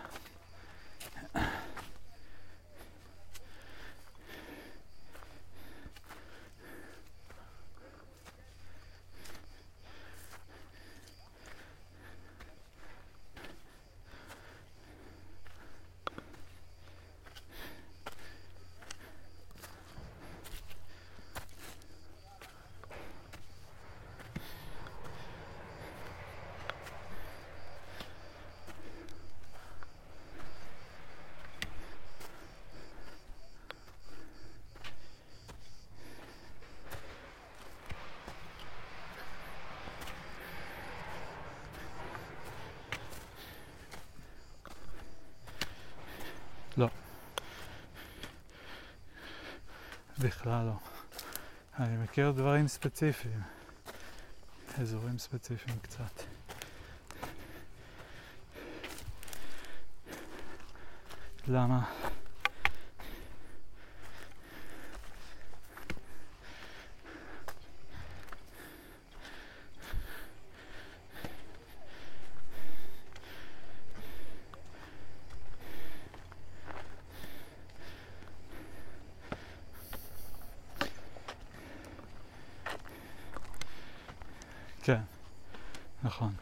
לא. בכלל לא. אני מכיר דברים ספציפיים. אזורים ספציפיים קצת. למה? כן, נכון.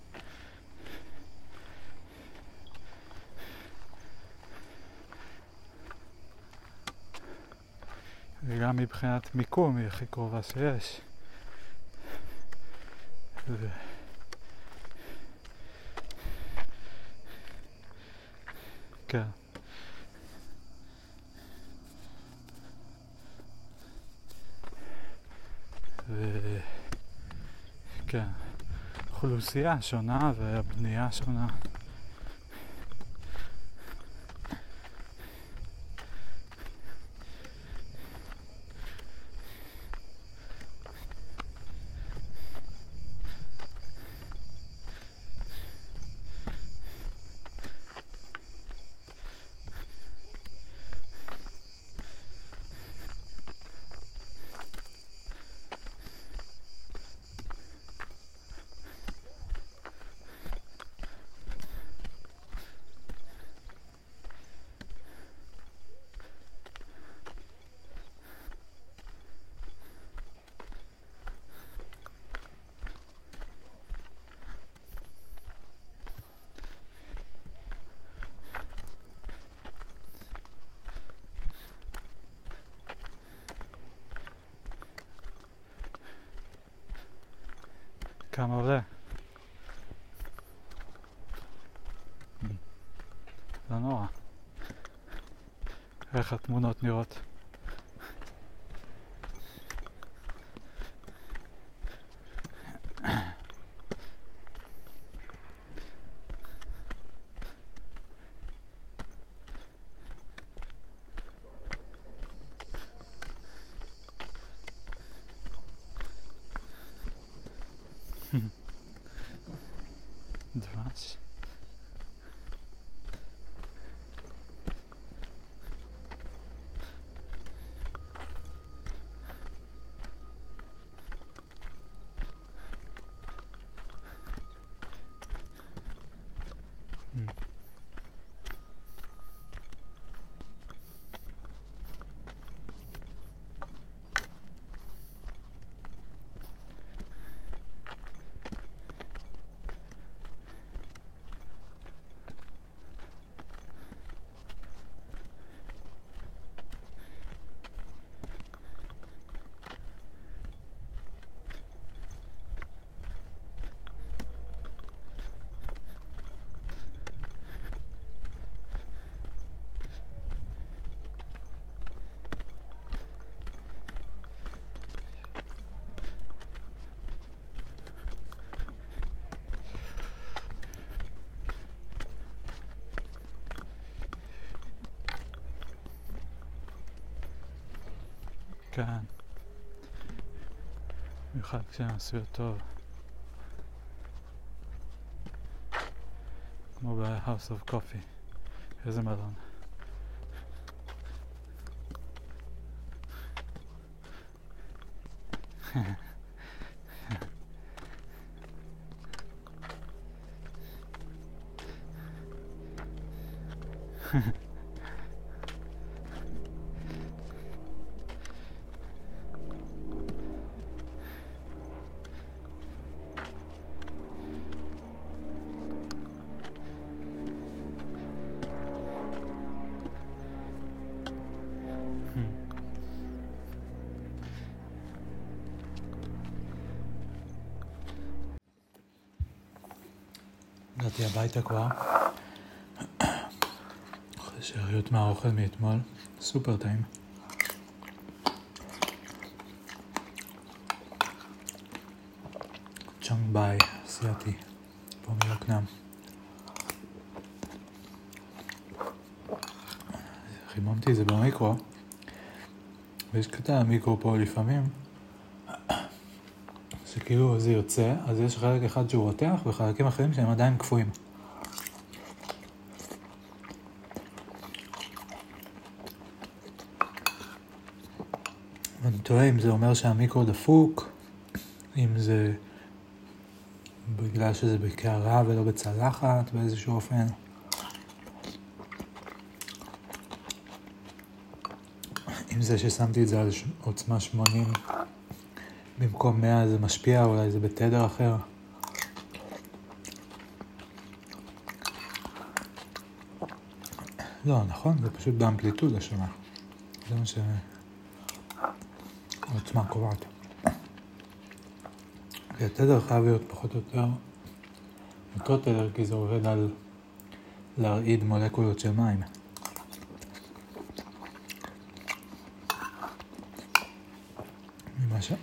וגם מבחינת מיקום היא הכי קרובה שיש. ו... כן. ו... כן. אוכלוסייה שונה והבנייה שונה. כמה עולה? לא נורא. איך התמונות נראות? דבש. כן. במיוחד כשהם עשו טוב. כמו ב-House of Coffee. איזה מלון. הגעתי הביתה כבר, אחרי שאריות מהאוכל מאתמול, סופר טעים. צ'אנג ביי, אסיאתי, פה מיוקנעם. חיממתי את זה במיקרו, ויש קטע המיקרו פה לפעמים, שכאילו זה יוצא, אז יש חלק אחד שהוא רותח, וחלקים אחרים שהם עדיין קפואים. אני תוהה אם זה אומר שהמיקרו דפוק, אם זה בגלל שזה בקערה ולא בצלחת באיזשהו אופן. עם זה ששמתי את זה על עוצמה שמונים במקום מאה זה משפיע, אולי זה בתדר אחר. לא, נכון, זה פשוט באמפליטוד השונה. זה מה שהעוצמה קובעת. התדר חייב להיות פחות או יותר אותו תדר, כי זה עובד על להרעיד מולקולות של מים. ממה ש...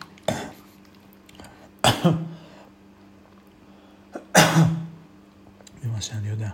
ממה שאני יודע.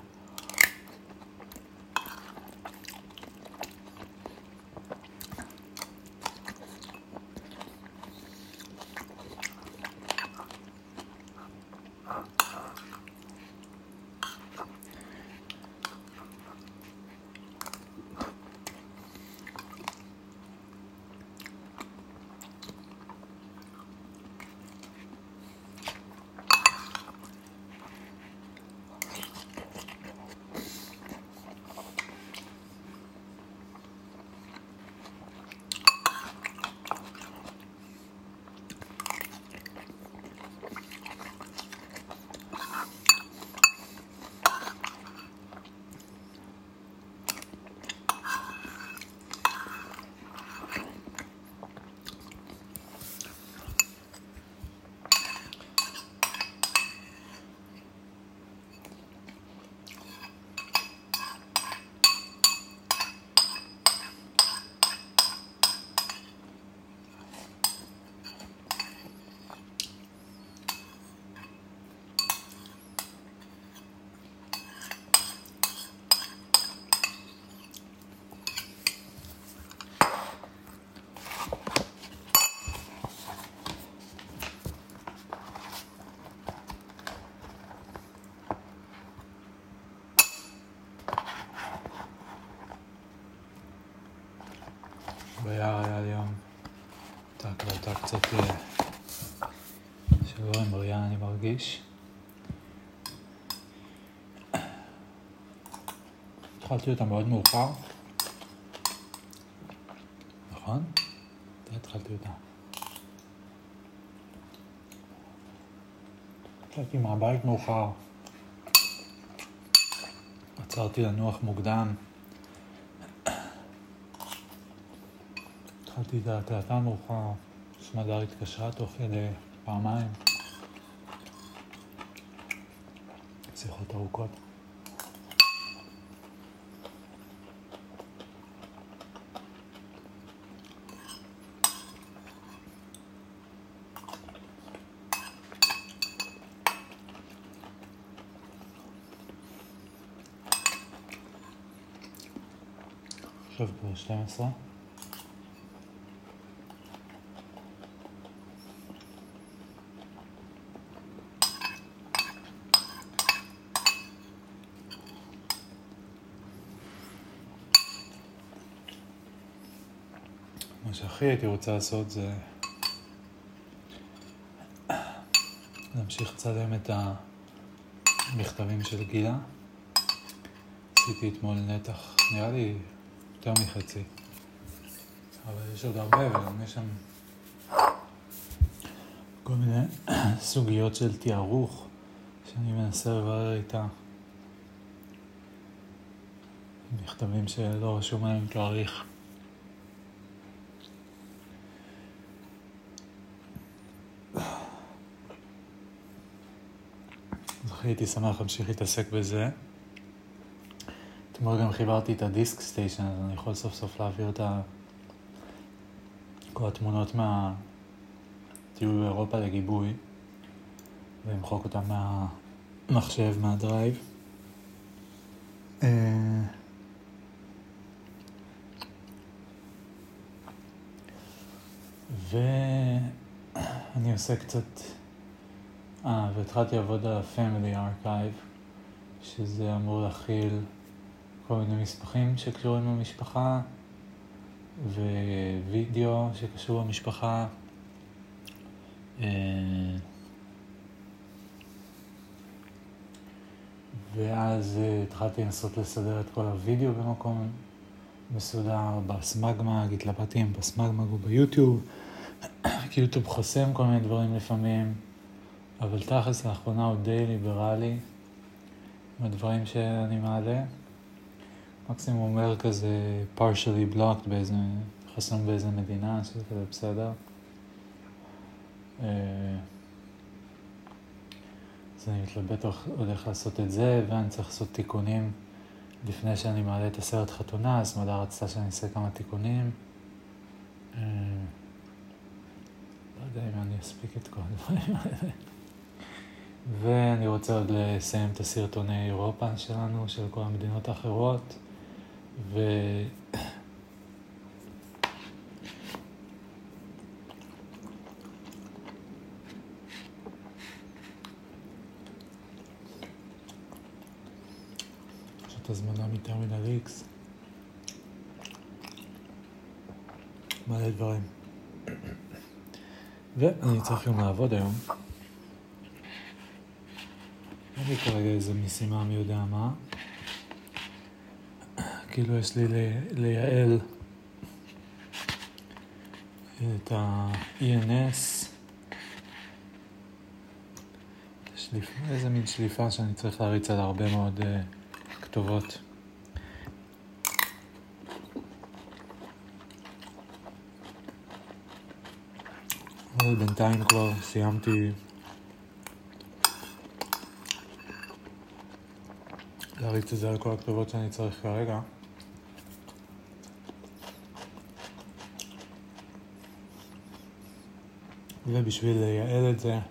ביער היה לי יום הקלטה קצת שלא עם בריאה אני מרגיש. התחלתי אותה מאוד מאוחר, נכון? אתה התחלתי אותה. התחלתי מהבית מאוחר, עצרתי לנוח מוקדם, התחלתי את ההקלטה מאוחר, סמדר התקשרה תוך כדי פעמיים, שיחות ארוכות. עכשיו כבר שתים עשרה. מה שהכי הייתי רוצה לעשות זה להמשיך לצלם את המכתבים של גילה. עשיתי אתמול נתח, נראה לי יותר מחצי. אבל יש עוד הרבה, וגם יש שם כל מיני סוגיות של תיארוך שאני מנסה לברר איתה. מכתבים שלא רשום עליהם תאריך. אז הייתי שמח להמשיך להתעסק בזה. אתמול גם חיברתי את הדיסק סטיישן, אז אני יכול סוף סוף להעביר את ה... כל התמונות מהטיול באירופה לגיבוי ולמחוק אותם מהמחשב, מהדרייב. ואני עושה קצת... אה, והתחלתי לעבוד על ה-Family Archive, שזה אמור להכיל כל מיני מסמכים שקשורים למשפחה, ווידאו שקשור למשפחה. ואז התחלתי לנסות לסדר את כל הוידאו במקום מסודר, בסמגמג, התלבטתי עם בסמגמג או ביוטיוב, כי יוטיוב חוסם כל מיני דברים לפעמים, אבל תכלס לאחרונה הוא די ליברלי עם הדברים שאני מעלה. מקסימום אומר כזה partially blocked באיזה, חסום באיזה מדינה, שזה כזה בסדר. אז אני מתלבט עוד איך לעשות את זה, ואני צריך לעשות תיקונים לפני שאני מעלה את הסרט חתונה, אז מדע רצתה שאני אעשה כמה תיקונים. לא יודע אם אני אספיק את כל הדברים האלה. ואני רוצה עוד לסיים את הסרטוני אירופה שלנו, של כל המדינות האחרות. ו... פשוט הזמנה מטרמינל איקס. מלא דברים. ואני צריך גם לעבוד היום. אין לי כרגע איזו משימה מי יודע מה. כאילו יש לי לייעל את ה-E N S. שליף, איזה מין שליפה שאני צריך להריץ על הרבה מאוד uh, כתובות. אבל בינתיים כבר סיימתי להריץ את זה על כל הכתובות שאני צריך כרגע. ובשביל לייעל את זה,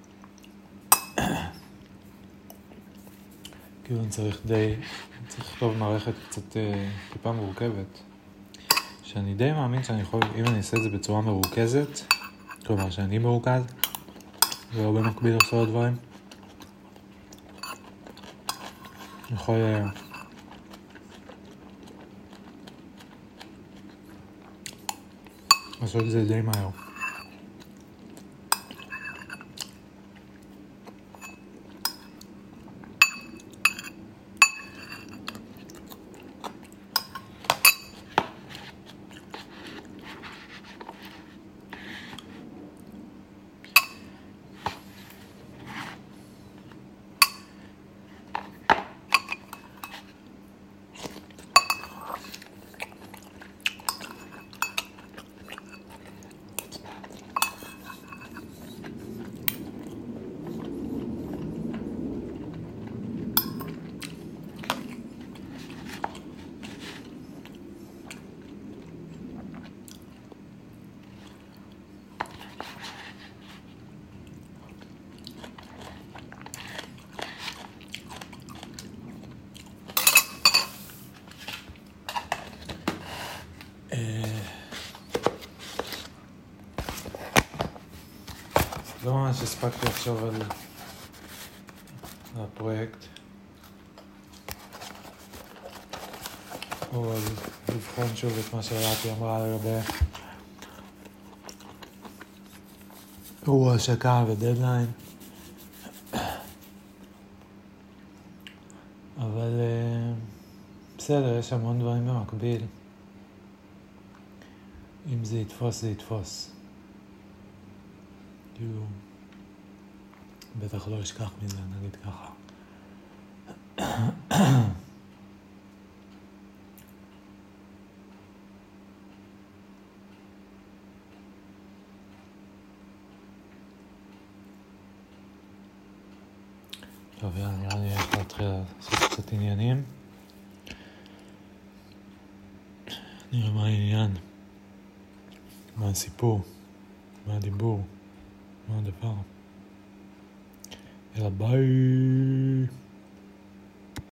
כאילו אני צריך די, אני צריך לכתוב מערכת קצת טיפה מורכבת, שאני די מאמין שאני יכול, אם אני אעשה את זה בצורה מרוכזת, כלומר שאני מרוכז, ולא במקביל עושה עוד דברים, אני יכול לעשות את זה די מהר. לא ממש הספקתי לחשוב על הפרויקט או על לבחון שוב את מה שראיתי אמרה לגבי הוא השקה ודדליין, אבל בסדר, יש המון דברים במקביל. אם זה יתפוס, זה יתפוס. כאילו, בטח לא אשכח מזה, נגיד ככה. טוב, יאללה, נראה לי איך להתחיל לעשות קצת עניינים. נראה מה העניין, מה הסיפור, מה הדיבור, מה הדבר. יאללה, ביי.